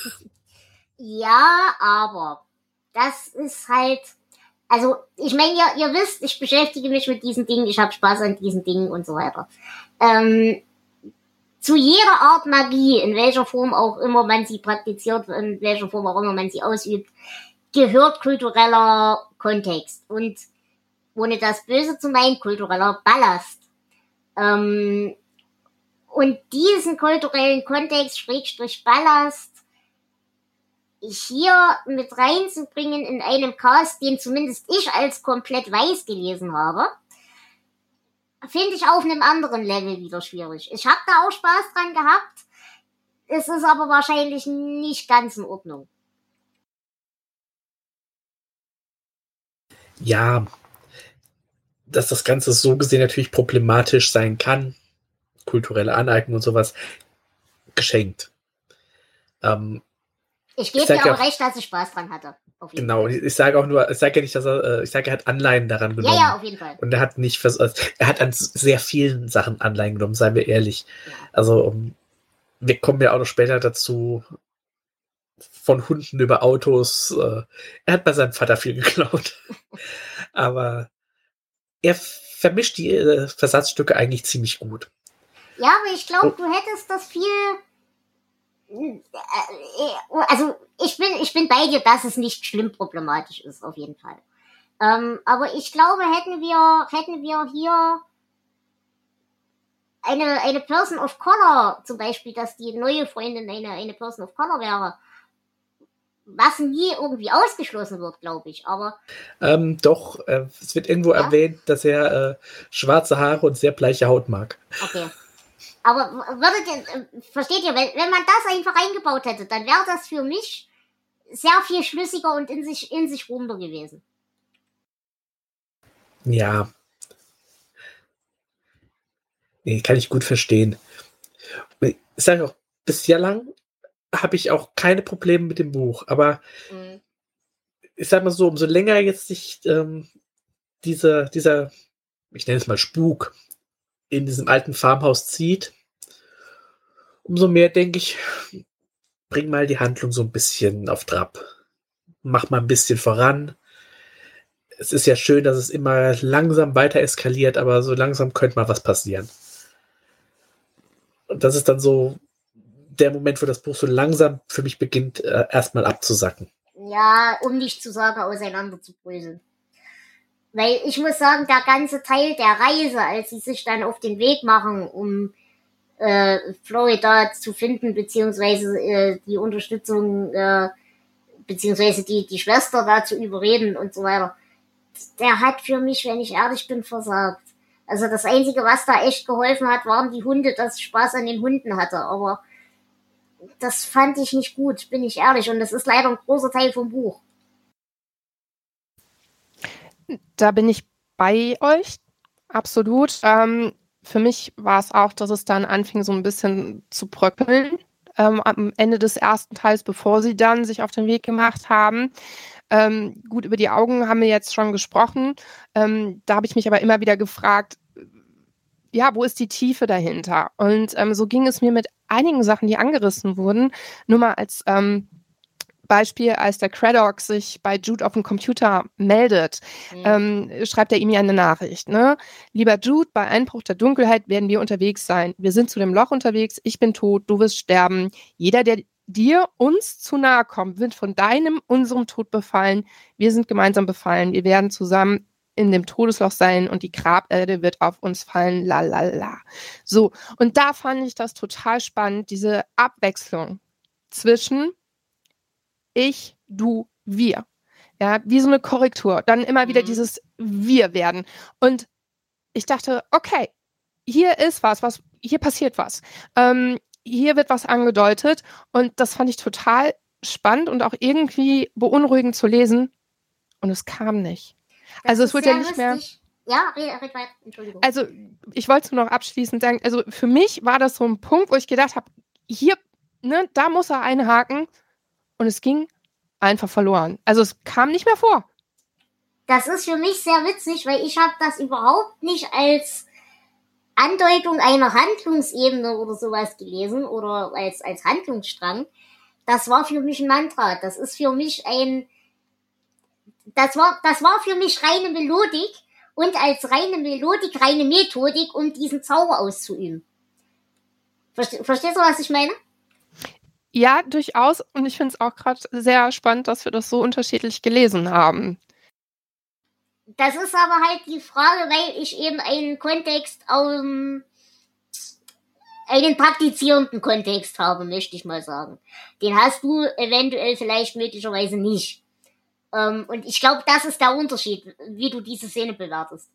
Ja, aber das ist halt, also ich meine, ja, ihr wisst, ich beschäftige mich mit diesen Dingen, ich habe Spaß an diesen Dingen und so weiter. Ähm, zu jeder Art Magie, in welcher Form auch immer man sie praktiziert, in welcher Form auch immer man sie ausübt, gehört kultureller Kontext. Und ohne das Böse zu meinen, kultureller Ballast. Ähm, und diesen kulturellen Kontext, Schrägstrich Ballast, hier mit reinzubringen in einem Cast, den zumindest ich als komplett weiß gelesen habe, finde ich auf einem anderen Level wieder schwierig. Ich habe da auch Spaß dran gehabt, es ist aber wahrscheinlich nicht ganz in Ordnung. Ja, dass das Ganze so gesehen natürlich problematisch sein kann, kulturelle Aneignung und sowas, geschenkt. Ähm, ich gebe dir aber recht, dass ich Spaß dran hatte. Auf jeden genau, Fall. ich, ich sage auch nur, ich sage ja nicht, dass er, ich sage, er hat Anleihen daran genommen. Ja, ja, auf jeden Fall. Und er hat nicht, vers- er hat an sehr vielen Sachen Anleihen genommen, seien wir ehrlich. Ja. Also, um, wir kommen ja auch noch später dazu, von Hunden über Autos. Äh, er hat bei seinem Vater viel geklaut. Aber er vermischt die äh, Versatzstücke eigentlich ziemlich gut. Ja, aber ich glaube, oh. du hättest das viel... Also, ich bin, ich bin bei dir, dass es nicht schlimm problematisch ist, auf jeden Fall. Ähm, aber ich glaube, hätten wir, hätten wir hier eine, eine Person of Color, zum Beispiel, dass die neue Freundin eine, eine Person of Color wäre, was nie irgendwie ausgeschlossen wird, glaube ich, aber... Ähm, doch, äh, es wird irgendwo ja? erwähnt, dass er äh, schwarze Haare und sehr bleiche Haut mag. Okay. Aber würdet ihr, versteht ihr, wenn, wenn man das einfach eingebaut hätte, dann wäre das für mich sehr viel schlüssiger und in sich, in sich runder gewesen. Ja. Nee, kann ich gut verstehen. Ich sage auch, bislang habe ich auch keine Probleme mit dem Buch, aber mhm. ich sag mal so, umso länger jetzt sich ähm, dieser, dieser, ich nenne es mal Spuk, in diesem alten Farmhaus zieht, umso mehr denke ich, bring mal die Handlung so ein bisschen auf Trab. Mach mal ein bisschen voran. Es ist ja schön, dass es immer langsam weiter eskaliert, aber so langsam könnte mal was passieren. Und das ist dann so der Moment, wo das Buch so langsam für mich beginnt, äh, erstmal abzusacken. Ja, um nicht zu sagen, auseinander zu bröseln. Weil ich muss sagen, der ganze Teil der Reise, als sie sich dann auf den Weg machen, um äh, Florida zu finden, beziehungsweise äh, die Unterstützung, äh, beziehungsweise die, die Schwester da zu überreden und so weiter, der hat für mich, wenn ich ehrlich bin, versagt. Also das Einzige, was da echt geholfen hat, waren die Hunde, dass ich Spaß an den Hunden hatte, aber das fand ich nicht gut, bin ich ehrlich, und das ist leider ein großer Teil vom Buch. Da bin ich bei euch, absolut. Ähm, für mich war es auch, dass es dann anfing, so ein bisschen zu bröckeln ähm, am Ende des ersten Teils, bevor sie dann sich auf den Weg gemacht haben. Ähm, gut, über die Augen haben wir jetzt schon gesprochen. Ähm, da habe ich mich aber immer wieder gefragt, ja, wo ist die Tiefe dahinter? Und ähm, so ging es mir mit einigen Sachen, die angerissen wurden. Nur mal als ähm, Beispiel, als der Craddock sich bei Jude auf dem Computer meldet, mhm. ähm, schreibt er ihm ja eine Nachricht. Ne? Lieber Jude, bei Einbruch der Dunkelheit werden wir unterwegs sein. Wir sind zu dem Loch unterwegs, ich bin tot, du wirst sterben. Jeder, der dir, uns zu nahe kommt, wird von deinem, unserem Tod befallen. Wir sind gemeinsam befallen. Wir werden zusammen in dem Todesloch sein und die Graberde wird auf uns fallen, la la la. So, und da fand ich das total spannend, diese Abwechslung zwischen ich, du, wir. Ja, wie so eine Korrektur. Dann immer wieder dieses Wir werden. Und ich dachte, okay, hier ist was, was hier passiert was. Ähm, hier wird was angedeutet und das fand ich total spannend und auch irgendwie beunruhigend zu lesen. Und es kam nicht. Das also es wird ja nicht lustig. mehr. Ja, red, red weiter. Entschuldigung. Also ich wollte nur noch abschließend sagen, also für mich war das so ein Punkt, wo ich gedacht habe, hier, ne, da muss er einhaken. Und es ging einfach verloren. Also es kam nicht mehr vor. Das ist für mich sehr witzig, weil ich habe das überhaupt nicht als Andeutung einer Handlungsebene oder sowas gelesen oder als, als Handlungsstrang. Das war für mich ein Mantra. Das ist für mich ein, das war, das war für mich reine Melodik und als reine Melodik, reine Methodik, um diesen Zauber auszuüben. Verste, verstehst du, was ich meine? Ja, durchaus. Und ich finde es auch gerade sehr spannend, dass wir das so unterschiedlich gelesen haben. Das ist aber halt die Frage, weil ich eben einen Kontext um, einen praktizierenden Kontext habe, möchte ich mal sagen. Den hast du eventuell vielleicht möglicherweise nicht. Ähm, und ich glaube, das ist der Unterschied, wie du diese Szene bewertest.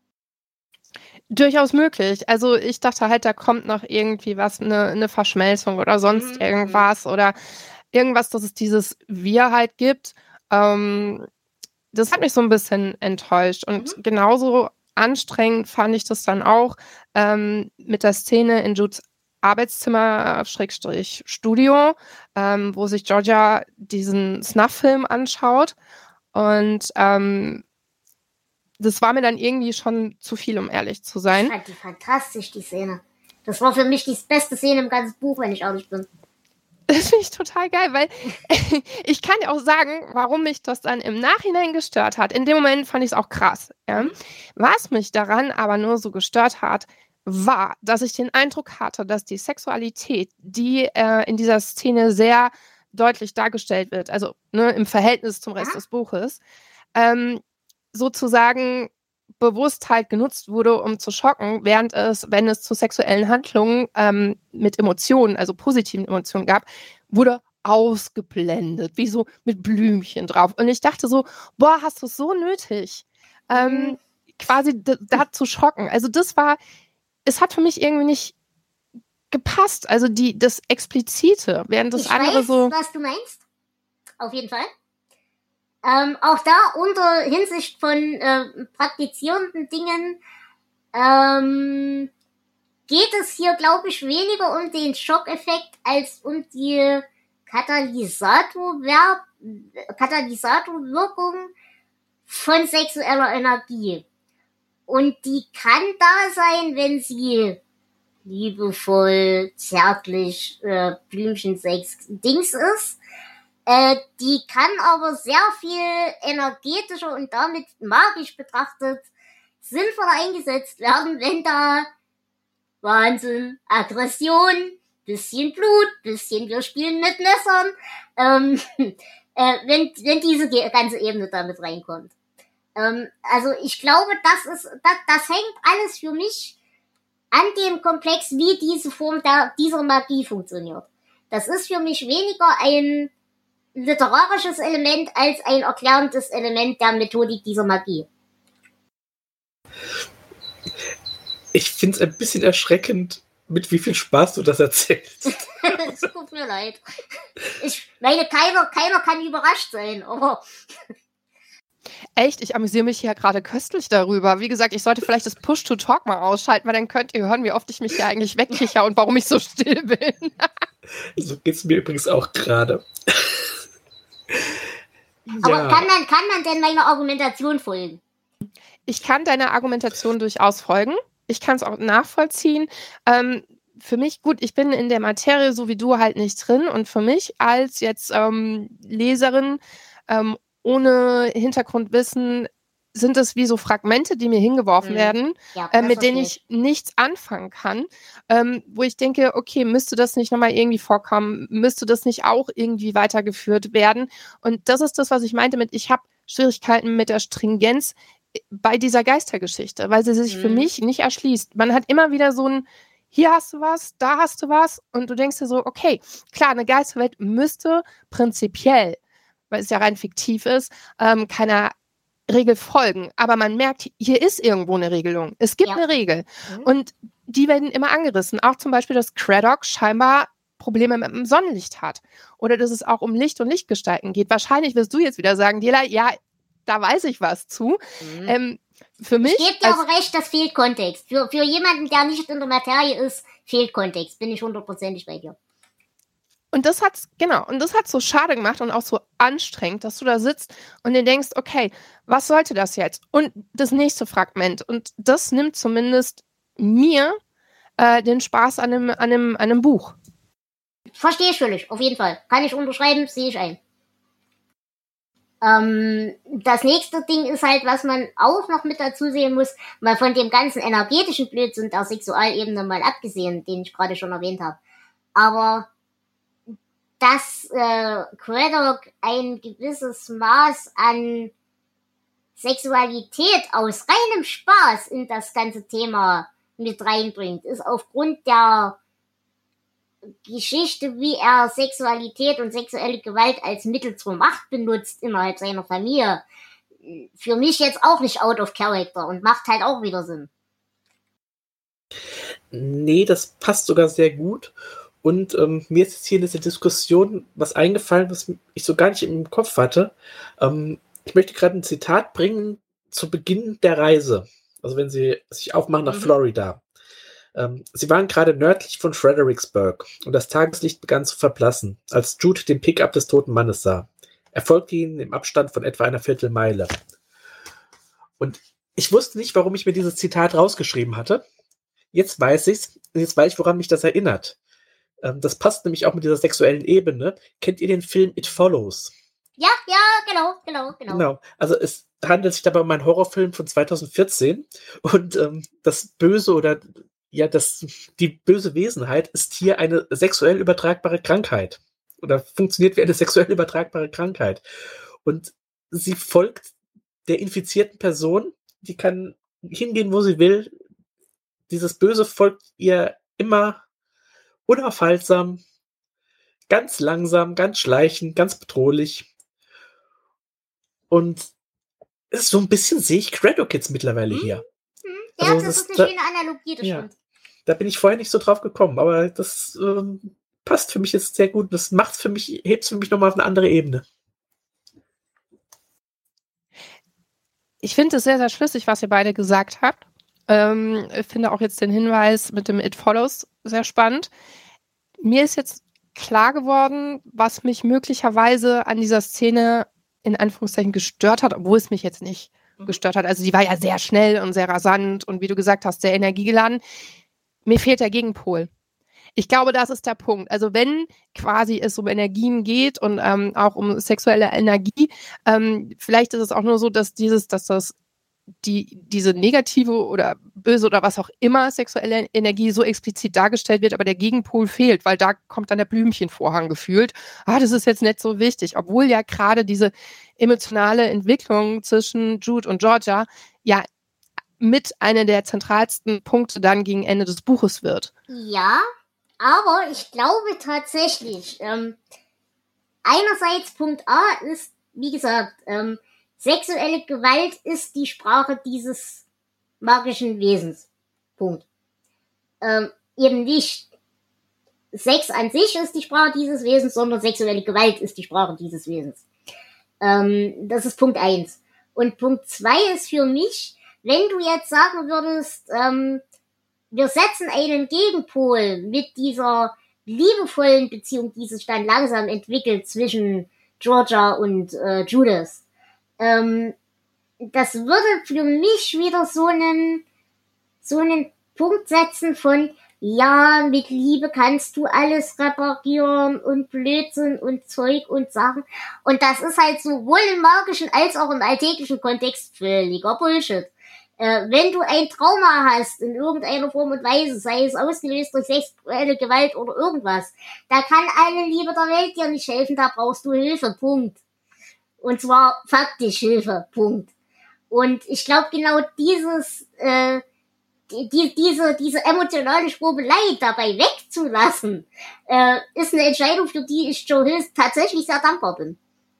Durchaus möglich. Also ich dachte halt, da kommt noch irgendwie was, eine, eine Verschmelzung oder sonst Mhm. irgendwas oder irgendwas, dass es dieses Wir halt gibt. Ähm, das hat mich so ein bisschen enttäuscht. Und Mhm. genauso anstrengend fand ich das dann auch ähm, mit der Szene in Judes Arbeitszimmer, Schrägstrich Studio, ähm, wo sich Georgia diesen Snuff-Film anschaut. Und ähm, das war mir dann irgendwie schon zu viel, um ehrlich zu sein. Ich fand die fantastisch, die Szene. Das war für mich die beste Szene im ganzen Buch, wenn ich ehrlich bin. Das finde ich total geil, weil ich kann dir auch sagen, warum mich das dann im Nachhinein gestört hat. In dem Moment fand ich es auch krass. Ja? Mhm. Was mich daran aber nur so gestört hat, war, dass ich den Eindruck hatte, dass die Sexualität, die äh, in dieser Szene sehr deutlich dargestellt wird, also ne, im Verhältnis zum Rest Aha. des Buches, ähm, sozusagen bewusst halt genutzt wurde, um zu schocken, während es, wenn es zu sexuellen Handlungen ähm, mit Emotionen, also positiven Emotionen gab, wurde ausgeblendet, wie so mit Blümchen drauf. Und ich dachte so, boah, hast du es so nötig, ähm, Mhm. quasi d- da zu schocken. Also das war, es hat für mich irgendwie nicht gepasst. Also die, das Explizite, während das Ich andere weiß, so. was du meinst. Auf jeden Fall. Ähm, auch da unter Hinsicht von äh, praktizierenden Dingen ähm, geht es hier, glaube ich, weniger um den Schockeffekt als um die Katalysatorwer- Katalysatorwirkung von sexueller Energie. Und die kann da sein, wenn sie liebevoll, zärtlich, äh, Blümchensex-Dings ist. Äh, die kann aber sehr viel energetischer und damit magisch betrachtet sinnvoller eingesetzt werden, wenn da Wahnsinn, Aggression, bisschen Blut, bisschen wir spielen mit Messern, ähm, äh, wenn, wenn diese ganze Ebene da mit reinkommt. Ähm, also ich glaube, das ist, das, das hängt alles für mich an dem Komplex, wie diese Form der, dieser Magie funktioniert. Das ist für mich weniger ein literarisches Element als ein erklärendes Element der Methodik dieser Magie. Ich finde es ein bisschen erschreckend, mit wie viel Spaß du das erzählst. Es tut mir leid. Ich meine, keiner, keiner kann überrascht sein, aber Echt, ich amüsiere mich hier gerade köstlich darüber. Wie gesagt, ich sollte vielleicht das Push-to-Talk mal ausschalten, weil dann könnt ihr hören, wie oft ich mich hier eigentlich wegkicher und warum ich so still bin. So geht es mir übrigens auch gerade. aber Ja, kann man, kann man denn meiner Argumentation folgen? Ich kann deiner Argumentation durchaus folgen. Ich kann es auch nachvollziehen. Ähm, für mich, gut, ich bin in der Materie so wie du halt nicht drin. Und für mich als jetzt ähm, Leserin ähm, ohne Hintergrundwissen sind es wie so Fragmente, die mir hingeworfen Mhm. werden, Ja, äh, das mit denen verstehe ich nichts anfangen kann, ähm, wo ich denke, okay, müsste das nicht nochmal irgendwie vorkommen, müsste das nicht auch irgendwie weitergeführt werden? Und das ist das, was ich meinte mit, ich habe Schwierigkeiten mit der Stringenz bei dieser Geistergeschichte, weil sie sich Mhm. für mich nicht erschließt. Man hat immer wieder so ein, hier hast du was, da hast du was und du denkst dir so, okay, klar, eine Geisterwelt müsste prinzipiell, weil es ja rein fiktiv ist, ähm, keiner Regel folgen. Aber man merkt, hier ist irgendwo eine Regelung. Es gibt Ja. eine Regel. Mhm. Und die werden immer angerissen. Auch zum Beispiel, dass Craddock scheinbar Probleme mit dem Sonnenlicht hat. Oder dass es auch um Licht und Lichtgestalten geht. Wahrscheinlich wirst du jetzt wieder sagen, Dela, ja, da weiß ich was zu. Mhm. Ähm, für mich. Ich gebe dir als, aber recht, das fehlt Kontext. Für, für jemanden, der nicht in der Materie ist, fehlt Kontext. Bin ich hundertprozentig bei dir. Und das hat's, genau, und das hat so schade gemacht und auch so anstrengend, dass du da sitzt und dir denkst, okay, was sollte das jetzt? Und das nächste Fragment. Und das nimmt zumindest mir äh, den Spaß an einem, an einem, an einem Buch. Verstehe ich völlig, auf jeden Fall. Kann ich unterschreiben, sehe ich ein. Ähm, das nächste Ding ist halt, was man auch noch mit dazu sehen muss, mal von dem ganzen energetischen Blödsinn der Sexualebene mal abgesehen, den ich gerade schon erwähnt habe. Aber dass äh, Craddock ein gewisses Maß an Sexualität aus reinem Spaß in das ganze Thema mit reinbringt, ist aufgrund der Geschichte, wie er Sexualität und sexuelle Gewalt als Mittel zur Macht benutzt innerhalb seiner Familie, für mich jetzt auch nicht out of character und macht halt auch wieder Sinn. Nee, das passt sogar sehr gut. Und ähm, mir ist jetzt hier in dieser Diskussion was eingefallen, was ich so gar nicht im Kopf hatte. Ähm, ich möchte gerade ein Zitat bringen zu Beginn der Reise. Also wenn sie sich aufmachen nach Mhm. Florida. Ähm, sie waren gerade nördlich von Fredericksburg und das Tageslicht begann zu verblassen, als Jude den Pickup des toten Mannes sah. Er folgte ihnen im Abstand von etwa einer Viertelmeile. Und ich wusste nicht, warum ich mir dieses Zitat rausgeschrieben hatte. Jetzt weiß ich's. Jetzt weiß ich, woran mich das erinnert. Ähm, das passt nämlich auch mit dieser sexuellen Ebene. Kennt ihr den Film It Follows? Ja, ja, genau, genau, genau. Genau. Also es handelt sich dabei um einen Horrorfilm von zweitausendvierzehn und ähm, das Böse oder ja, das, die böse Wesenheit ist hier eine sexuell übertragbare Krankheit. Oder funktioniert wie eine sexuell übertragbare Krankheit. Und sie folgt der infizierten Person, die kann hingehen, wo sie will. Dieses Böse folgt ihr immer unaufhaltsam, ganz langsam, ganz schleichend, ganz bedrohlich. Und so ein bisschen sehe ich Craddock jetzt mittlerweile Hm? hier. Hm? Ja, Also das das ist eine da- schöne Analogie, das ja. stimmt. Da bin ich vorher nicht so drauf gekommen, aber das ähm, passt für mich jetzt sehr gut. Das macht's für mich, hebt's für mich nochmal auf eine andere Ebene. Ich finde es sehr, sehr schlüssig, was ihr beide gesagt habt. Ähm, ich finde auch jetzt den Hinweis mit dem It Follows sehr spannend. Mir ist jetzt klar geworden, was mich möglicherweise an dieser Szene in Anführungszeichen gestört hat, obwohl es mich jetzt nicht Mhm. gestört hat. Also die war ja sehr schnell und sehr rasant und wie du gesagt hast, sehr energiegeladen. Mir fehlt der Gegenpol. Ich glaube, das ist der Punkt. Also wenn quasi es um Energien geht und ähm, auch um sexuelle Energie, ähm, vielleicht ist es auch nur so, dass dieses, dass das die diese negative oder böse oder was auch immer sexuelle Energie so explizit dargestellt wird, aber der Gegenpol fehlt, weil da kommt dann der Blümchenvorhang gefühlt. Ah, das ist jetzt nicht so wichtig, obwohl ja gerade diese emotionale Entwicklung zwischen Jude und Georgia ja mit einer der zentralsten Punkte dann gegen Ende des Buches wird. Ja, aber ich glaube tatsächlich, ähm, einerseits Punkt A ist, wie gesagt, ähm, sexuelle Gewalt ist die Sprache dieses magischen Wesens. Punkt. Ähm, eben nicht Sex an sich ist die Sprache dieses Wesens, sondern sexuelle Gewalt ist die Sprache dieses Wesens. Ähm, das ist Punkt eins. Und Punkt zwei ist für mich, wenn du jetzt sagen würdest, ähm, wir setzen einen Gegenpol mit dieser liebevollen Beziehung, die sich dann langsam entwickelt zwischen Georgia und äh, Judas. Ähm, das würde für mich wieder so einen, so einen Punkt setzen von, ja, mit Liebe kannst du alles reparieren und Blödsinn und Zeug und Sachen. Und das ist halt sowohl im magischen als auch im alltäglichen Kontext völliger Bullshit. Äh, wenn du ein Trauma hast, in irgendeiner Form und Weise, sei es ausgelöst durch sexuelle Gewalt oder irgendwas, da kann alle Liebe der Welt dir nicht helfen, da brauchst du Hilfe, Punkt. Und zwar faktisch Hilfe, Punkt. Und ich glaube, genau dieses, äh, die, diese, diese emotionale Schwurbelei dabei wegzulassen, äh, ist eine Entscheidung, für die ich Joe Hill tatsächlich sehr dankbar bin.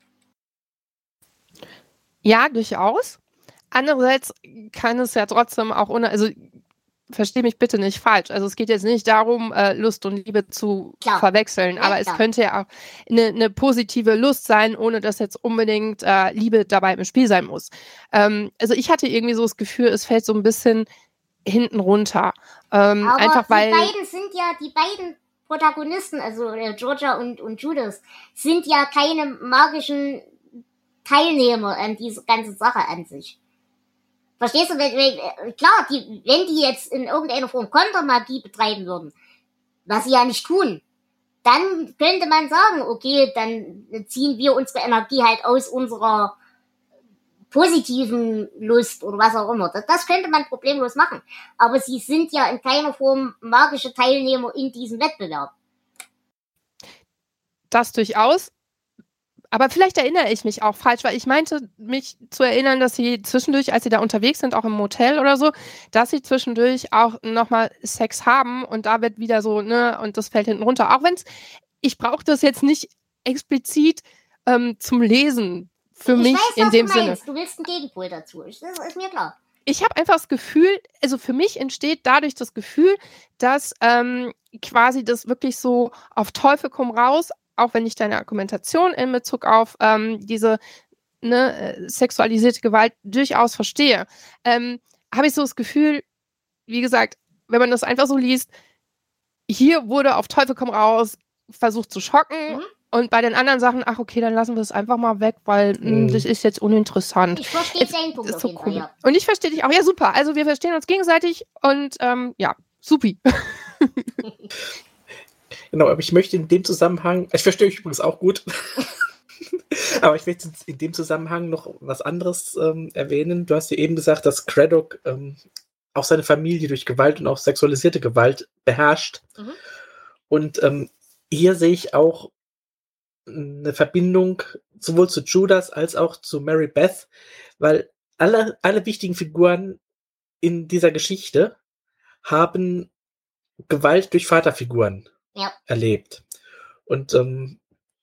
Ja, durchaus. Andererseits kann es ja trotzdem auch ohne, also verstehe mich bitte nicht falsch. Also es geht jetzt nicht darum, äh, Lust und Liebe zu Klar. verwechseln, Ja, aber klar. es könnte ja auch eine, eine positive Lust sein, ohne dass jetzt unbedingt äh, Liebe dabei im Spiel sein muss. Ähm, also ich hatte irgendwie so das Gefühl, es fällt so ein bisschen hinten runter. Ähm, Aber einfach die weil beiden sind ja, die beiden Protagonisten, also äh, Georgia und, und Judas, sind ja keine magischen Teilnehmer an dieser ganzen Sache an sich. Verstehst du? Wenn, wenn, klar, die, wenn die jetzt in irgendeiner Form Kontermagie betreiben würden, was sie ja nicht tun, dann könnte man sagen, okay, dann ziehen wir unsere Energie halt aus unserer positiven Lust oder was auch immer. Das, das könnte man problemlos machen. Aber sie sind ja in keiner Form magische Teilnehmer in diesem Wettbewerb. das durchaus. Aber vielleicht erinnere ich mich auch falsch, weil ich meinte, mich zu erinnern, dass sie zwischendurch, als sie da unterwegs sind, auch im Motel oder so, dass sie zwischendurch auch nochmal Sex haben und da wird wieder so, ne, und das fällt hinten runter. Auch wenn es, ich brauche das jetzt nicht explizit ähm, zum Lesen für ich mich weiß, in was dem du Sinne. meinst. Du willst einen Gegenpol dazu. Das ist mir klar. Ich habe einfach das Gefühl, also für mich entsteht dadurch das Gefühl, dass ähm, quasi das wirklich so auf Teufel komm raus, auch wenn ich deine Argumentation in Bezug auf ähm, diese ne, äh, sexualisierte Gewalt durchaus verstehe, ähm, habe ich so das Gefühl, wie gesagt, wenn man das einfach so liest, hier wurde auf Teufel komm raus versucht zu schocken. Mhm. Und bei den anderen Sachen, ach okay, dann lassen wir es einfach mal weg, weil Mhm. mh, das ist jetzt uninteressant. Ich verstehe Jetzt deinen Punkt ist auf so jeden Fall, komisch. ja. Und ich verstehe dich auch. Ja, super. Also wir verstehen uns gegenseitig und ähm, ja, supi. Genau, aber ich möchte in dem Zusammenhang, ich verstehe euch übrigens auch gut, aber ich möchte in dem Zusammenhang noch was anderes ähm, erwähnen. Du hast ja eben gesagt, dass Craddock ähm, auch seine Familie durch Gewalt und auch sexualisierte Gewalt beherrscht. Mhm. Und ähm, hier sehe ich auch eine Verbindung sowohl zu Judas als auch zu Mary Beth, weil alle, alle wichtigen Figuren in dieser Geschichte haben Gewalt durch Vaterfiguren Ja. erlebt. Und ähm,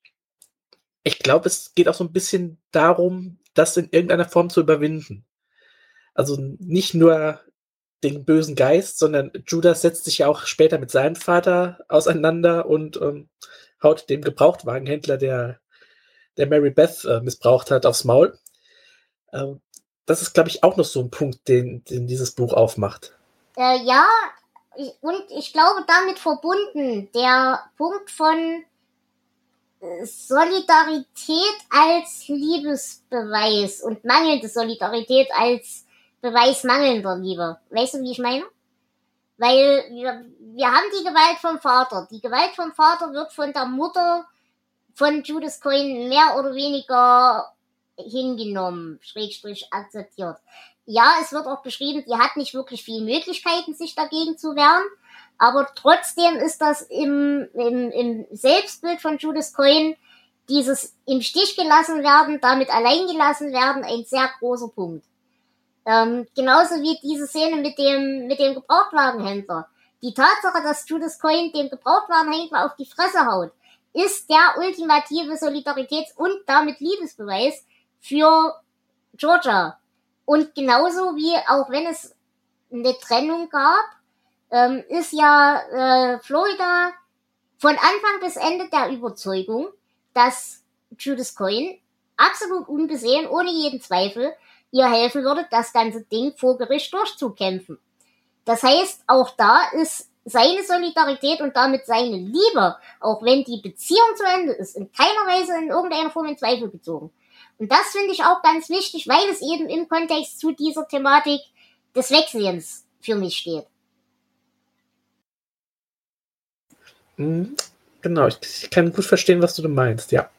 ich glaube, es geht auch so ein bisschen darum, das in irgendeiner Form zu überwinden. Also nicht nur den bösen Geist, sondern Judas setzt sich ja auch später mit seinem Vater auseinander und ähm, haut dem Gebrauchtwagenhändler, der, der Mary Beth äh, missbraucht hat, aufs Maul. Ähm, das ist, glaube ich, auch noch so ein Punkt, den, den dieses Buch aufmacht. Äh, ja, ich, und ich glaube damit verbunden der Punkt von äh, Solidarität als Liebesbeweis und mangelnde Solidarität als Beweis mangelnder Liebe. Weißt du, wie ich meine? Weil wir, wir haben die Gewalt vom Vater. Die Gewalt vom Vater wird von der Mutter von Judas Coin mehr oder weniger hingenommen, schrägstrich akzeptiert. Ja, es wird auch beschrieben, die hat nicht wirklich viele Möglichkeiten, sich dagegen zu wehren, aber trotzdem ist das im, im, im Selbstbild von Judas Coin dieses im Stich gelassen werden, damit allein gelassen werden, ein sehr großer Punkt. Ähm, genauso wie diese Szene mit dem, mit dem Gebrauchtwagenhändler. Die Tatsache, dass Judas Coin dem Gebrauchtwagenhändler auf die Fresse haut, ist der ultimative Solidaritäts- und damit Liebesbeweis für Georgia. Und genauso wie, auch wenn es eine Trennung gab, ähm, ist ja äh, Florida von Anfang bis Ende der Überzeugung, dass Judas Coin absolut unbesehen, ohne jeden Zweifel, ihr helfen würde, das ganze Ding vor Gericht durchzukämpfen. Das heißt, auch da ist seine Solidarität und damit seine Liebe, auch wenn die Beziehung zu Ende ist, in keiner Weise in irgendeiner Form in Zweifel gezogen. Und das finde ich auch ganz wichtig, weil es eben im Kontext zu dieser Thematik des Wegsehens für mich steht. Mhm, genau, ich, ich kann gut verstehen, was du meinst, ja.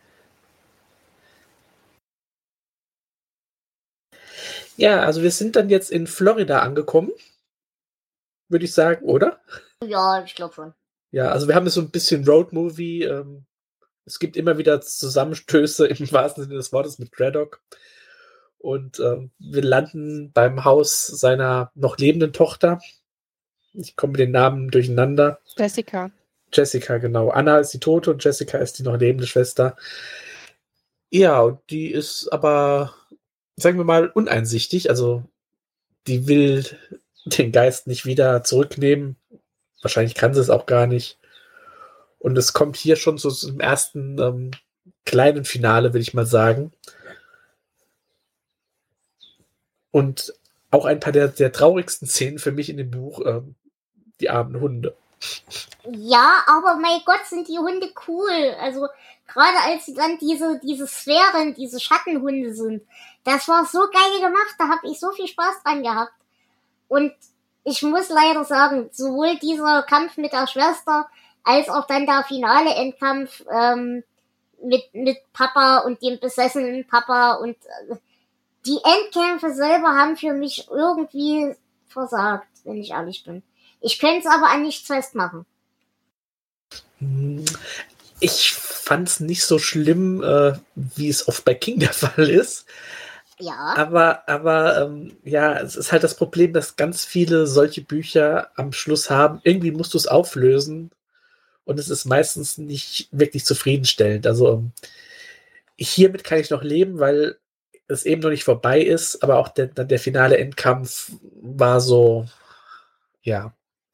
Ja, also wir sind dann jetzt in Florida angekommen, würde ich sagen, oder? Ja, ich glaube schon. Ja, also wir haben jetzt so ein bisschen Roadmovie. Ähm, es gibt immer wieder Zusammenstöße im wahrsten Sinne des Wortes mit Craddock. Und ähm, wir landen beim Haus seiner noch lebenden Tochter. Ich komme mit den Namen durcheinander. Jessica. Jessica, genau. Anna ist die Tote und Jessica ist die noch lebende Schwester. Ja, und die ist aber, sagen wir mal, uneinsichtig. Also die will den Geist nicht wieder zurücknehmen. Wahrscheinlich kann sie es auch gar nicht. Und es kommt hier schon so zum ersten ähm, kleinen Finale, will ich mal sagen. Und auch ein paar der, der traurigsten Szenen für mich in dem Buch, ähm, die armen Hunde. Ja, aber mein Gott, sind die Hunde cool. Also gerade als sie dann diese diese Sphären, diese Schattenhunde sind, das war so geil gemacht. Da habe ich so viel Spaß dran gehabt. Und ich muss leider sagen, sowohl dieser Kampf mit der Schwester als auch dann der finale Endkampf ähm, mit mit Papa und dem besessenen Papa und äh, die Endkämpfe selber haben für mich irgendwie versagt, wenn ich ehrlich bin. Ich könnte es aber an nichts festmachen. Ich fand es nicht so schlimm, äh, wie es oft bei King der Fall ist. Ja. Aber, aber ähm, ja, es ist halt das Problem, dass ganz viele solche Bücher am Schluss haben. Irgendwie musst du es auflösen und es ist meistens nicht wirklich zufriedenstellend. Also ähm, hiermit kann ich noch leben, weil es eben noch nicht vorbei ist, aber auch der, der finale Endkampf war so, ja,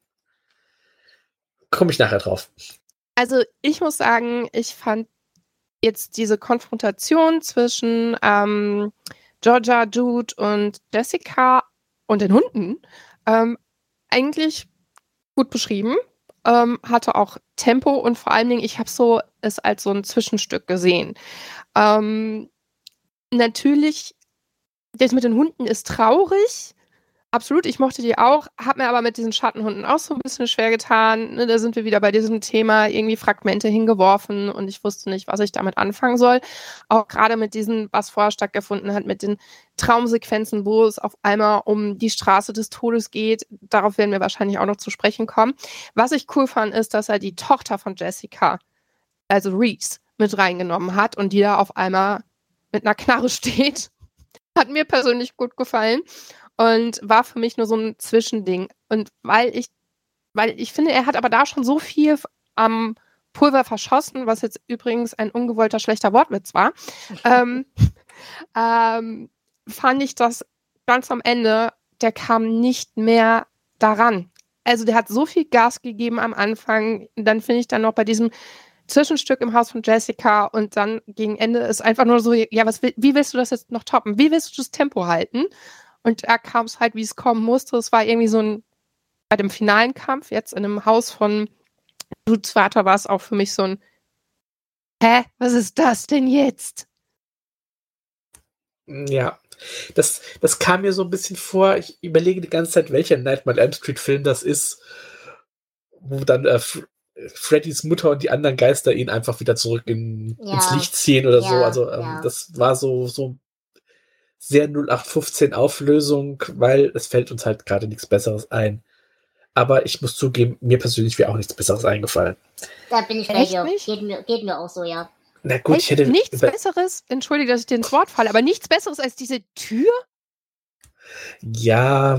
komme ich nachher drauf. Also ich muss sagen, ich fand jetzt diese Konfrontation zwischen ähm, Georgia, Jude und Jessica und den Hunden ähm, eigentlich gut beschrieben. Ähm, hatte auch Tempo und vor allen Dingen, ich habe so es als so ein Zwischenstück gesehen. Ähm, natürlich, das mit den Hunden ist traurig. Absolut, ich mochte die auch, habe mir aber mit diesen Schattenhunden auch so ein bisschen schwer getan. Ne, da sind wir wieder bei diesem Thema, irgendwie Fragmente hingeworfen und ich wusste nicht, was ich damit anfangen soll. Auch gerade mit diesen, was vorher stattgefunden hat, mit den Traumsequenzen, wo es auf einmal um die Straße des Todes geht. Darauf werden wir wahrscheinlich auch noch zu sprechen kommen. Was ich cool fand, ist, dass er die Tochter von Jessica, also Reese, mit reingenommen hat und die da auf einmal mit einer Knarre steht. Hat mir persönlich gut gefallen. Und war für mich nur so ein Zwischending. Und weil ich, weil ich finde, er hat aber da schon so viel am Pulver verschossen, was jetzt übrigens ein ungewollter schlechter Wortwitz war, ähm, ähm, fand ich das ganz am Ende, der kam nicht mehr daran. Also der hat so viel Gas gegeben am Anfang, dann finde ich dann noch bei diesem Zwischenstück im Haus von Jessica und dann gegen Ende ist einfach nur so, ja, was will, wie willst du das jetzt noch toppen? Wie willst du das Tempo halten? Und da kam es halt, wie es kommen musste. Es war irgendwie so ein, bei dem finalen Kampf, jetzt in einem Haus von Judes Vater, war es auch für mich so ein, hä, was ist das denn jetzt? Ja, das, das kam mir so ein bisschen vor, ich überlege die ganze Zeit, welcher Nightmare on Elm Street Film das ist, wo dann äh, Freddys Mutter und die anderen Geister ihn einfach wieder zurück in, Ja. ins Licht ziehen oder Ja, so. Also ähm, ja. das war so, so sehr null acht fünfzehn Auflösung, weil es fällt uns halt gerade nichts Besseres ein. Aber ich muss zugeben, mir persönlich wäre auch nichts Besseres eingefallen. Da bin ich bei Echt dir. nicht? Geht mir, geht mir auch so, ja. Na gut, Echt? ich hätte Nichts über- Besseres, entschuldige, dass ich dir ins Wort falle, aber nichts Besseres als diese Tür? ja,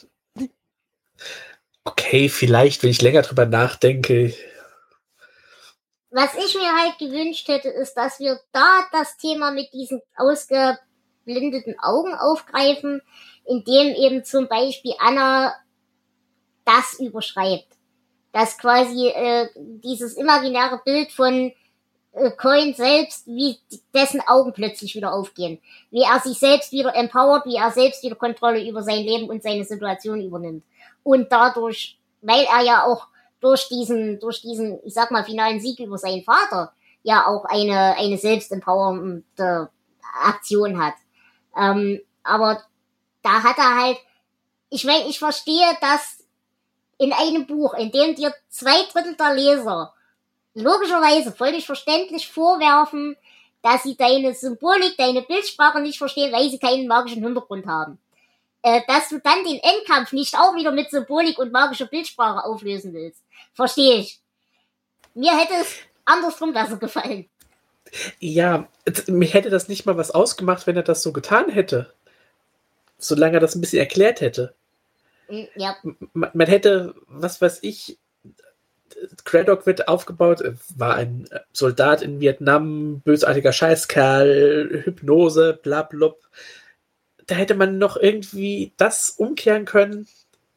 okay, vielleicht, wenn ich länger drüber nachdenke. Was ich mir halt gewünscht hätte, ist, dass wir da das Thema mit diesen ausgeblendeten Augen aufgreifen, indem eben zum Beispiel Anna das überschreibt. Dass quasi äh, dieses imaginäre Bild von äh, Coin selbst, wie dessen Augen plötzlich wieder aufgehen. Wie er sich selbst wieder empowert, wie er selbst wieder Kontrolle über sein Leben und seine Situation übernimmt. Und dadurch, weil er ja auch durch diesen, durch diesen, ich sag mal, finalen Sieg über seinen Vater ja auch eine, eine selbstempowernde Aktion hat. Ähm, aber da hat er halt, ich meine, ich verstehe, dass in einem Buch, in dem dir zwei Drittel der Leser logischerweise völlig verständlich vorwerfen, dass sie deine Symbolik, deine Bildsprache nicht verstehen, weil sie keinen magischen Hintergrund haben. Äh, dass du dann den Endkampf nicht auch wieder mit Symbolik und magischer Bildsprache auflösen willst. Verstehe ich. Mir hätte es andersrum besser gefallen. Ja, t- mir hätte das nicht mal was ausgemacht, wenn er das so getan hätte. Solange er das ein bisschen erklärt hätte. Hm, ja, M- Man hätte, was weiß ich, Craddock wird aufgebaut, äh, war ein Soldat in Vietnam, bösartiger Scheißkerl, Hypnose, bla blub. Da hätte man noch irgendwie das umkehren können.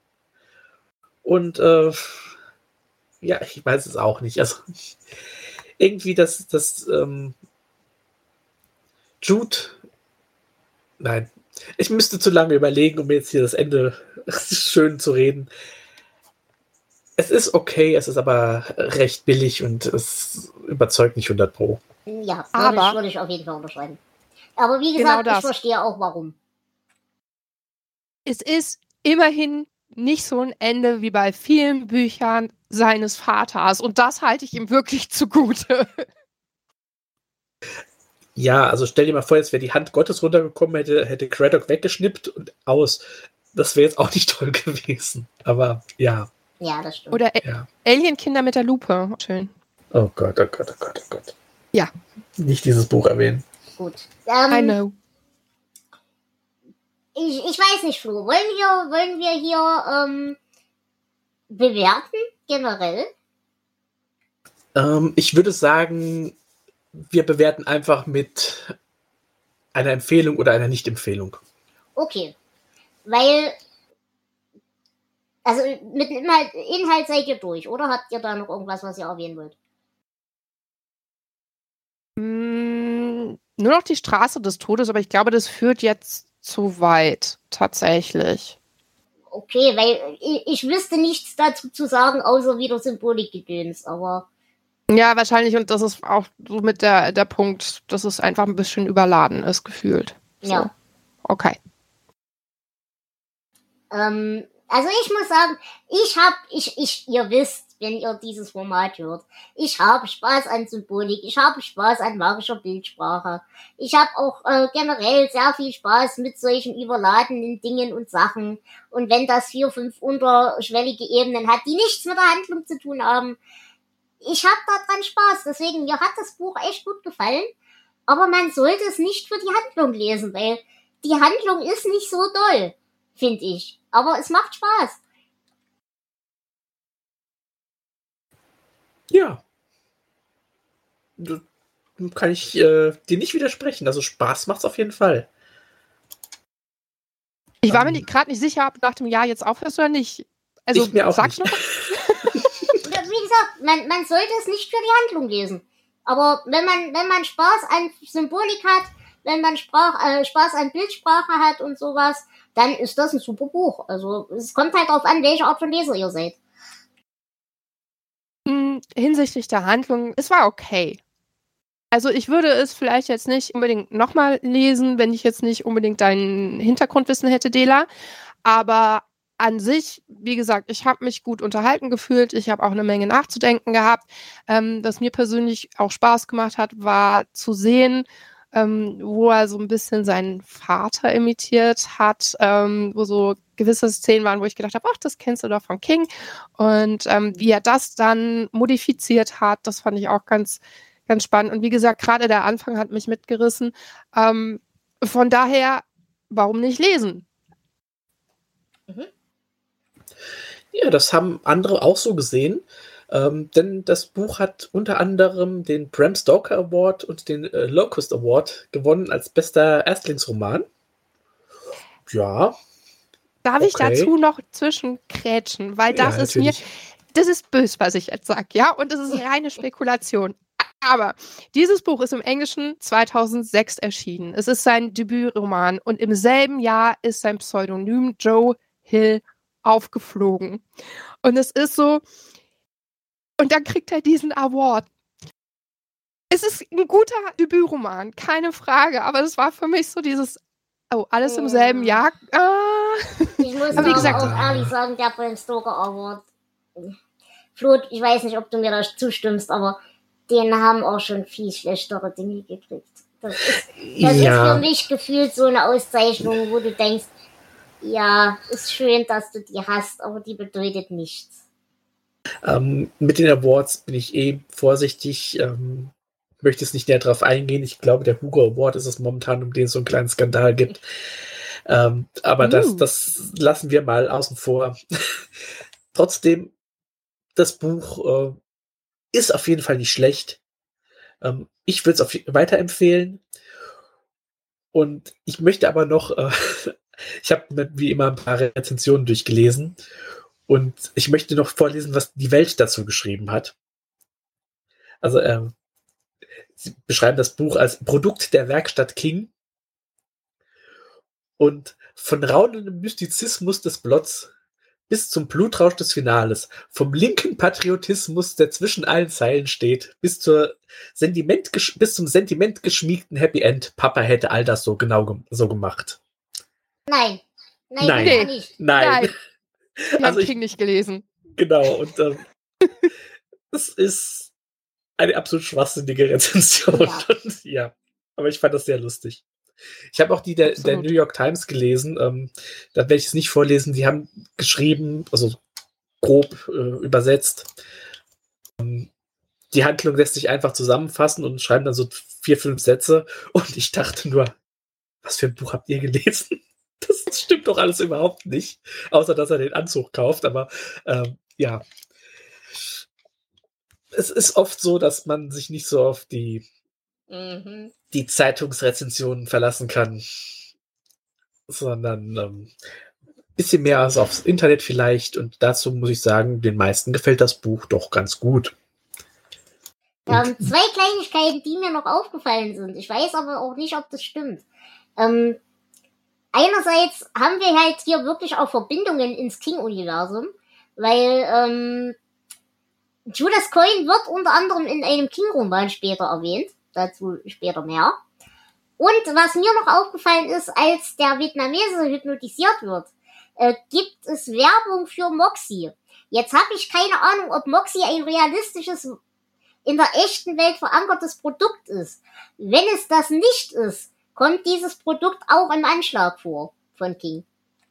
Und äh, ja, ich weiß es auch nicht. Also irgendwie das, das ähm, Jude, nein, ich müsste zu lange überlegen, um jetzt hier das Ende schön zu reden. Es ist okay, es ist aber recht billig und es überzeugt nicht hundert Pro. ja, würde Aber- ich, würde ich auf jeden Fall unterschreiben. Aber wie Genau gesagt, das. ich verstehe auch warum. Es ist immerhin nicht so ein Ende wie bei vielen Büchern seines Vaters. Und das halte ich ihm wirklich zugute. Ja, also stell dir mal vor, jetzt wäre die Hand Gottes runtergekommen, hätte, hätte Craddock weggeschnippt und aus. Das wäre jetzt auch nicht toll gewesen. Aber ja, Ja, das stimmt. Oder A- ja. Alien-Kinder mit der Lupe. Schön. Oh Gott, oh Gott, oh Gott, oh Gott. Ja. Nicht dieses Buch erwähnen. Gut. Ähm, I know. Ich, ich weiß nicht, Flo. Wollen wir, wollen wir hier ähm, bewerten, generell? Ähm, ich würde sagen, wir bewerten einfach mit einer Empfehlung oder einer Nicht-Empfehlung. Okay. Weil, also mit dem Inhalt, Inhalt seid ihr durch, oder habt ihr da noch irgendwas, was ihr erwähnen wollt? Mm, nur noch die Straße des Todes, aber ich glaube, das führt jetzt zu weit, tatsächlich. Okay, weil ich, ich wüsste nichts dazu zu sagen, außer wieder Symbolikgedöns, aber... Ja, wahrscheinlich, und das ist auch so mit der, der Punkt, dass es einfach ein bisschen überladen ist, gefühlt. So. Ja. Okay. Ähm, also ich muss sagen, ich hab, ich, ich, ihr wisst, wenn ihr dieses Format hört, ich habe Spaß an Symbolik, ich habe Spaß an magischer Bildsprache, ich habe auch äh, generell sehr viel Spaß mit solchen überladenen Dingen und Sachen, und wenn das vier, fünf unterschwellige Ebenen hat, die nichts mit der Handlung zu tun haben, ich habe daran Spaß, deswegen, mir hat das Buch echt gut gefallen, aber man sollte es nicht für die Handlung lesen, weil die Handlung ist nicht so doll, finde ich, aber es macht Spaß. Ja. Da kann ich äh, dir nicht widersprechen. Also Spaß macht's auf jeden Fall. Ich war Ähm, mir gerade nicht sicher, ob du nach dem Jahr jetzt aufhörst oder nicht. Also, ich mir auch sag's nicht. noch. Wie gesagt, man, man sollte es nicht für die Handlung lesen. Aber wenn man, wenn man Spaß an Symbolik hat, wenn man Sprach, äh, Spaß an Bildsprache hat und sowas, dann ist das ein super Buch. Also es kommt halt darauf an, welche Art von Leser ihr seid. Hinsichtlich der Handlung, es war okay. Also ich würde es vielleicht jetzt nicht unbedingt nochmal lesen, wenn ich jetzt nicht unbedingt dein Hintergrundwissen hätte, Dela. Aber an sich, wie gesagt, ich habe mich gut unterhalten gefühlt. Ich habe auch eine Menge nachzudenken gehabt. Ähm, was mir persönlich auch Spaß gemacht hat, war zu sehen, ähm, wo er so ein bisschen seinen Vater imitiert hat, ähm, wo so gewisse Szenen waren, wo ich gedacht habe, ach, das kennst du doch von King. Und ähm, wie er das dann modifiziert hat, das fand ich auch ganz, ganz spannend. Und wie gesagt, gerade der Anfang hat mich mitgerissen. Ähm, von daher, warum nicht lesen? Mhm. Ja, das haben andere auch so gesehen. Ähm, denn das Buch hat unter anderem den Bram Stoker Award und den äh, Locust Award gewonnen als bester Erstlingsroman. Ja. Darf ich Okay. dazu noch zwischenkrätschen? Weil das Ja, ist mir, natürlich. das ist böse, was ich jetzt sage, ja? Und das ist reine Spekulation. Aber dieses Buch ist im Englischen zweitausendsechs erschienen. Es ist sein Debütroman und im selben Jahr ist sein Pseudonym Joe Hill aufgeflogen. Und es ist so, und dann kriegt er diesen Award. Es ist ein guter Debütroman, keine Frage, aber es war für mich so dieses, oh, alles im selben Jahr. Ah. Ich muss Aber wie aber gesagt- auch ehrlich sagen, der Bram Stoker Award, Flo, ich weiß nicht, ob du mir da zustimmst, aber den haben auch schon viel schlechtere Dinge gekriegt. Das ist, das Ja. ist für mich gefühlt so eine Auszeichnung, wo du denkst, ja, ist schön, dass du die hast, aber die bedeutet nichts. Ähm, mit den Awards bin ich eh vorsichtig. Ähm, möchte es nicht näher drauf eingehen. Ich glaube, der Hugo Award ist es momentan, um den es so einen kleinen Skandal gibt. Ähm, aber Uh. das, das lassen wir mal außen vor. Trotzdem, das Buch äh, ist auf jeden Fall nicht schlecht. Ähm, ich würde es auf weiterempfehlen. Und ich möchte aber noch, äh, ich habe wie immer ein paar Rezensionen durchgelesen. Und ich möchte noch vorlesen, was die Welt dazu geschrieben hat. Also, ähm, sie beschreiben das Buch als Produkt der Werkstatt King und von raunendem Mystizismus des Plots bis zum Blutrausch des Finales, vom linken Patriotismus, der zwischen allen Zeilen steht, bis, zur Sentiment, bis zum sentimentgeschmiegten Happy End. Papa hätte all das so genau gem- so gemacht. Nein. Nein, Nein. nee. nicht. Nein, Nein, wir Also haben ich- King nicht gelesen. genau. Und ähm, es ist eine absolut schwachsinnige Rezension. Ja. Und, ja, aber ich fand das sehr lustig. Ich habe auch die der, der Absolut. New York Times gelesen. Ähm, da werde ich es nicht vorlesen. Die haben geschrieben, also grob äh, übersetzt. Ähm, die Handlung lässt sich einfach zusammenfassen und schreiben dann so vier, fünf Sätze. Und ich dachte nur, was für ein Buch habt ihr gelesen? Das stimmt doch alles überhaupt nicht. Außer, dass er den Anzug kauft. Aber ähm, ja. Es ist oft so, dass man sich nicht so auf die, Mhm. die Zeitungsrezensionen verlassen kann. Sondern ähm, bisschen mehr als aufs Internet vielleicht. Und dazu muss ich sagen, den meisten gefällt das Buch doch ganz gut. Ähm, zwei Kleinigkeiten, die mir noch aufgefallen sind. Ich weiß aber auch nicht, ob das stimmt. Ähm, einerseits haben wir halt hier wirklich auch Verbindungen ins King-Universum, weil ähm, Judas Coin wird unter anderem in einem King-Roman später erwähnt. Dazu später mehr. Und was mir noch aufgefallen ist, als der Vietnamese hypnotisiert wird, äh, gibt es Werbung für Moxie. Jetzt habe ich keine Ahnung, ob Moxie ein realistisches, in der echten Welt verankertes Produkt ist. Wenn es das nicht ist, kommt dieses Produkt auch im Anschlag vor von King.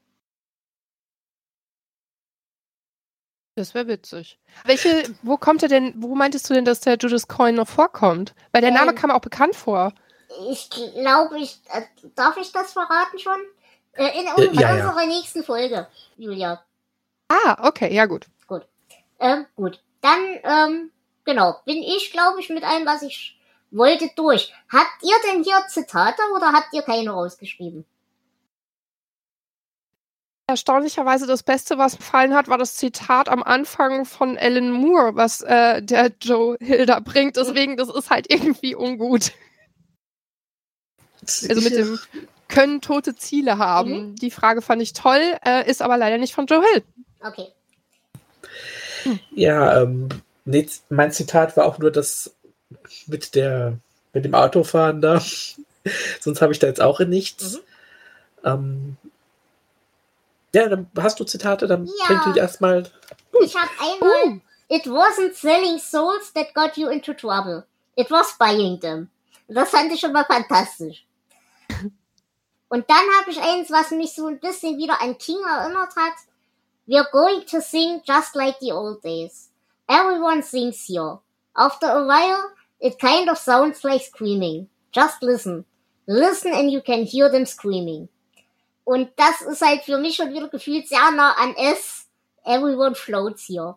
Das wäre witzig. Welche, wo kommt er denn, wo meintest du denn, dass der Judas Coin noch vorkommt? Weil der Name Ähm, kam auch bekannt vor. Ich glaube, ich, äh, darf ich das verraten schon? Äh, in Äh, unserer ja, ja. nächsten Folge, Julia. Ah, okay, ja gut. Ähm, gut. Dann, ähm, genau, bin ich, glaube ich, mit allem, was ich wollte, durch. Habt ihr denn hier Zitate oder habt ihr keine rausgeschrieben? Erstaunlicherweise das Beste, was mir gefallen hat, war das Zitat am Anfang von Alan Moore, was äh, der Joe Hill da bringt. Deswegen, das ist halt irgendwie ungut. Also mit dem können tote Ziele haben. Mhm. Die Frage fand ich toll, äh, ist aber leider nicht von Joe Hill. Okay. Ja, ähm, nee, mein Zitat war auch nur das mit der, mit dem Autofahren da. Sonst habe ich da jetzt auch nichts. Mhm. Ähm, ja, dann hast du Zitate, dann Ja. bringt die erstmal. Ich habe einmal, it wasn't selling souls that got you into trouble. It was buying them. Das fand ich schon mal fantastisch. Und dann habe ich eins, was mich so ein bisschen wieder an King erinnert hat. We're going to sing just like the old days. Everyone sings here. After a while, it kind of sounds like screaming. Just listen. Listen and you can hear them screaming. Und das ist halt für mich schon wieder gefühlt sehr nah an S. Everyone floats here.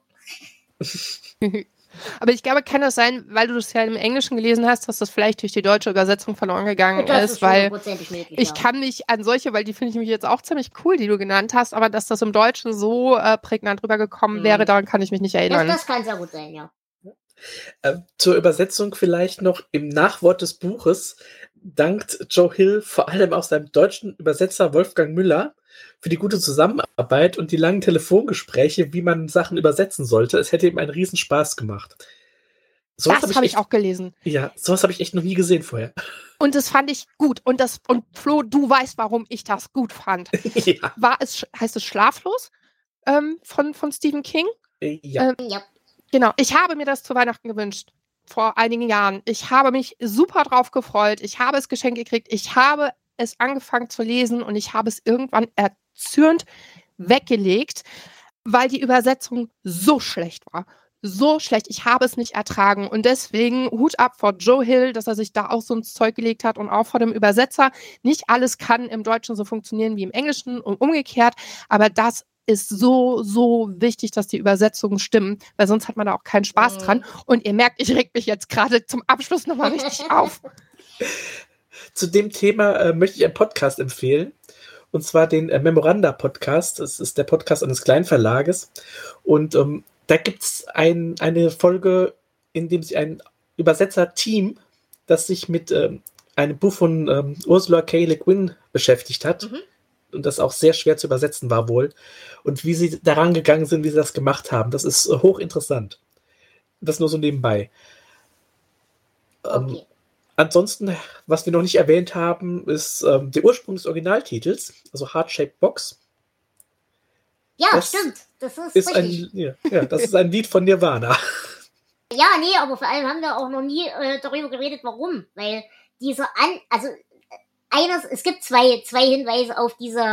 Aber ich glaube, kann das sein, weil du das ja im Englischen gelesen hast, dass das vielleicht durch die deutsche Übersetzung verloren gegangen Das ist, ist weil hundertprozentig möglich. ich ja. kann mich an solche, weil die finde ich nämlich jetzt auch ziemlich cool, die du genannt hast, aber dass das im Deutschen so äh, prägnant rübergekommen Mhm. wäre, daran kann ich mich nicht Das, erinnern. das kann sehr gut sein, ja. Äh, zur Übersetzung vielleicht noch im Nachwort des Buches dankt Joe Hill vor allem auch seinem deutschen Übersetzer Wolfgang Müller für die gute Zusammenarbeit und die langen Telefongespräche, wie man Sachen übersetzen sollte. Es hätte ihm einen Riesenspaß gemacht. Sowas Das hab habe ich echt- auch gelesen. Ja, sowas habe ich echt noch nie gesehen vorher. Und das fand ich gut. Und das, und Flo, du weißt, warum ich das gut fand. ja. War es, heißt es Schlaflos ähm, von, von Stephen King? ja. Ähm, Ja. Genau, ich habe mir das zu Weihnachten gewünscht. Vor einigen Jahren. Ich habe mich super drauf gefreut. Ich habe es geschenkt gekriegt. Ich habe es angefangen zu lesen und ich habe es irgendwann erzürnt weggelegt, weil die Übersetzung so schlecht war. So schlecht. Ich habe es nicht ertragen. Und deswegen Hut ab vor Joe Hill, dass er sich da auch so ins Zeug gelegt hat und auch vor dem Übersetzer. Nicht alles kann im Deutschen so funktionieren wie im Englischen und umgekehrt. Aber das ist so, so wichtig, dass die Übersetzungen stimmen, weil sonst hat man da auch keinen Spaß Mhm. dran. Und ihr merkt, ich reg mich jetzt gerade zum Abschluss nochmal richtig auf. Zu dem Thema äh, möchte ich einen Podcast empfehlen. Und zwar den äh, Memoranda-Podcast. Das ist der Podcast eines Kleinverlages. Und ähm, da gibt es ein, eine Folge, in dem sich ein Übersetzer-Team, das sich mit ähm, einem Buch von ähm, Ursula K. Le Guin beschäftigt hat. Mhm. Und das auch sehr schwer zu übersetzen war wohl. Und wie sie daran gegangen sind, wie sie das gemacht haben. Das ist äh, hochinteressant. Das nur so nebenbei. Ähm, Okay. Ansonsten, was wir noch nicht erwähnt haben, ist ähm, der Ursprung des Originaltitels, also Heart-Shaped Box. Ja, das stimmt. Das ist, Ist richtig. ein, ja, ja, das ist ein Lied von Nirvana. Ja, nee, aber vor allem haben wir auch noch nie äh, darüber geredet, warum. Weil diese an, also äh, eines, es gibt zwei, zwei Hinweise auf diese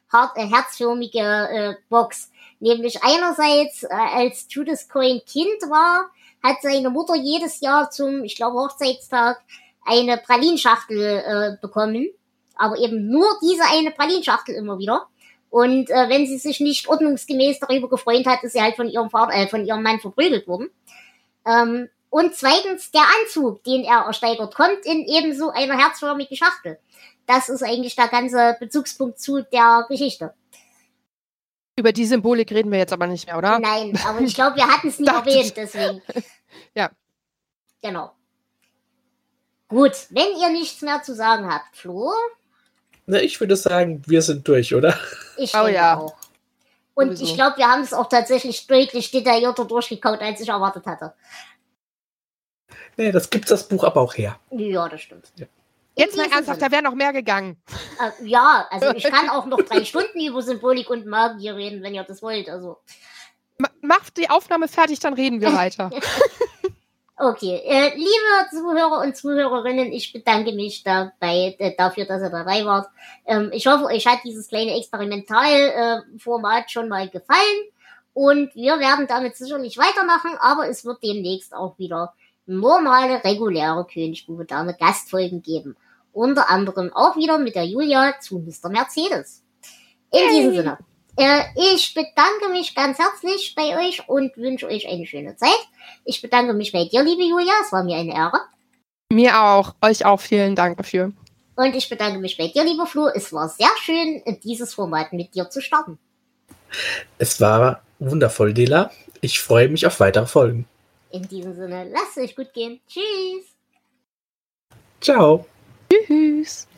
hart, äh, herzförmige äh, Box. Nämlich einerseits, äh, als Judas Coin Kind war, hat seine Mutter jedes Jahr zum, ich glaube, Hochzeitstag eine Pralinschachtel äh, bekommen. Aber eben nur diese eine Pralinschachtel immer wieder. Und äh, wenn sie sich nicht ordnungsgemäß darüber gefreut hat, ist sie halt von ihrem Vater, äh, von ihrem Mann verprügelt worden. Ähm, und zweitens, der Anzug, den er ersteigert, kommt in ebenso einer herzförmigen Schachtel. Das ist eigentlich der ganze Bezugspunkt zu der Geschichte. Über die Symbolik reden wir jetzt aber nicht mehr, oder? Nein, aber ich glaube, wir hatten es nie erwähnt, deswegen. Ja. Genau. Gut, wenn ihr nichts mehr zu sagen habt, Flo? Na, ich würde sagen, wir sind durch, oder? Ich Oh denke ja. auch. Und Sowieso. ich glaube, wir haben es auch tatsächlich deutlich detaillierter durchgekaut, als ich erwartet hatte. Nee, das gibt das Buch aber auch her. Ja, das stimmt. Ja. In Jetzt mal diesem ernsthaft, Sinne. da wäre noch mehr gegangen. Äh, ja, also ich kann auch noch drei Stunden über Symbolik und Magie reden, wenn ihr das wollt. Also Ma- Macht die Aufnahme fertig, dann reden wir weiter. okay, äh, liebe Zuhörer und Zuhörerinnen, ich bedanke mich dabei äh, dafür, dass ihr dabei wart. Ähm, ich hoffe, euch hat dieses kleine Experimentalformat äh, schon mal gefallen und wir werden damit sicherlich weitermachen, aber es wird demnächst auch wieder normale, reguläre Königsbube Dame Gastfolgen geben. Unter anderem auch wieder mit der Julia zu Mister Mercedes. In Yay. diesem Sinne. Äh, ich bedanke mich ganz herzlich bei euch und wünsche euch eine schöne Zeit. Ich bedanke mich bei dir, liebe Julia. Es war mir eine Ehre. Mir auch. Euch auch vielen Dank dafür. Und ich bedanke mich bei dir, lieber Flo. Es war sehr schön, dieses Format mit dir zu starten. Es war wundervoll, Dela. Ich freue mich auf weitere Folgen. In diesem Sinne, lasst es euch gut gehen. Tschüss. Ciao. Tschüss.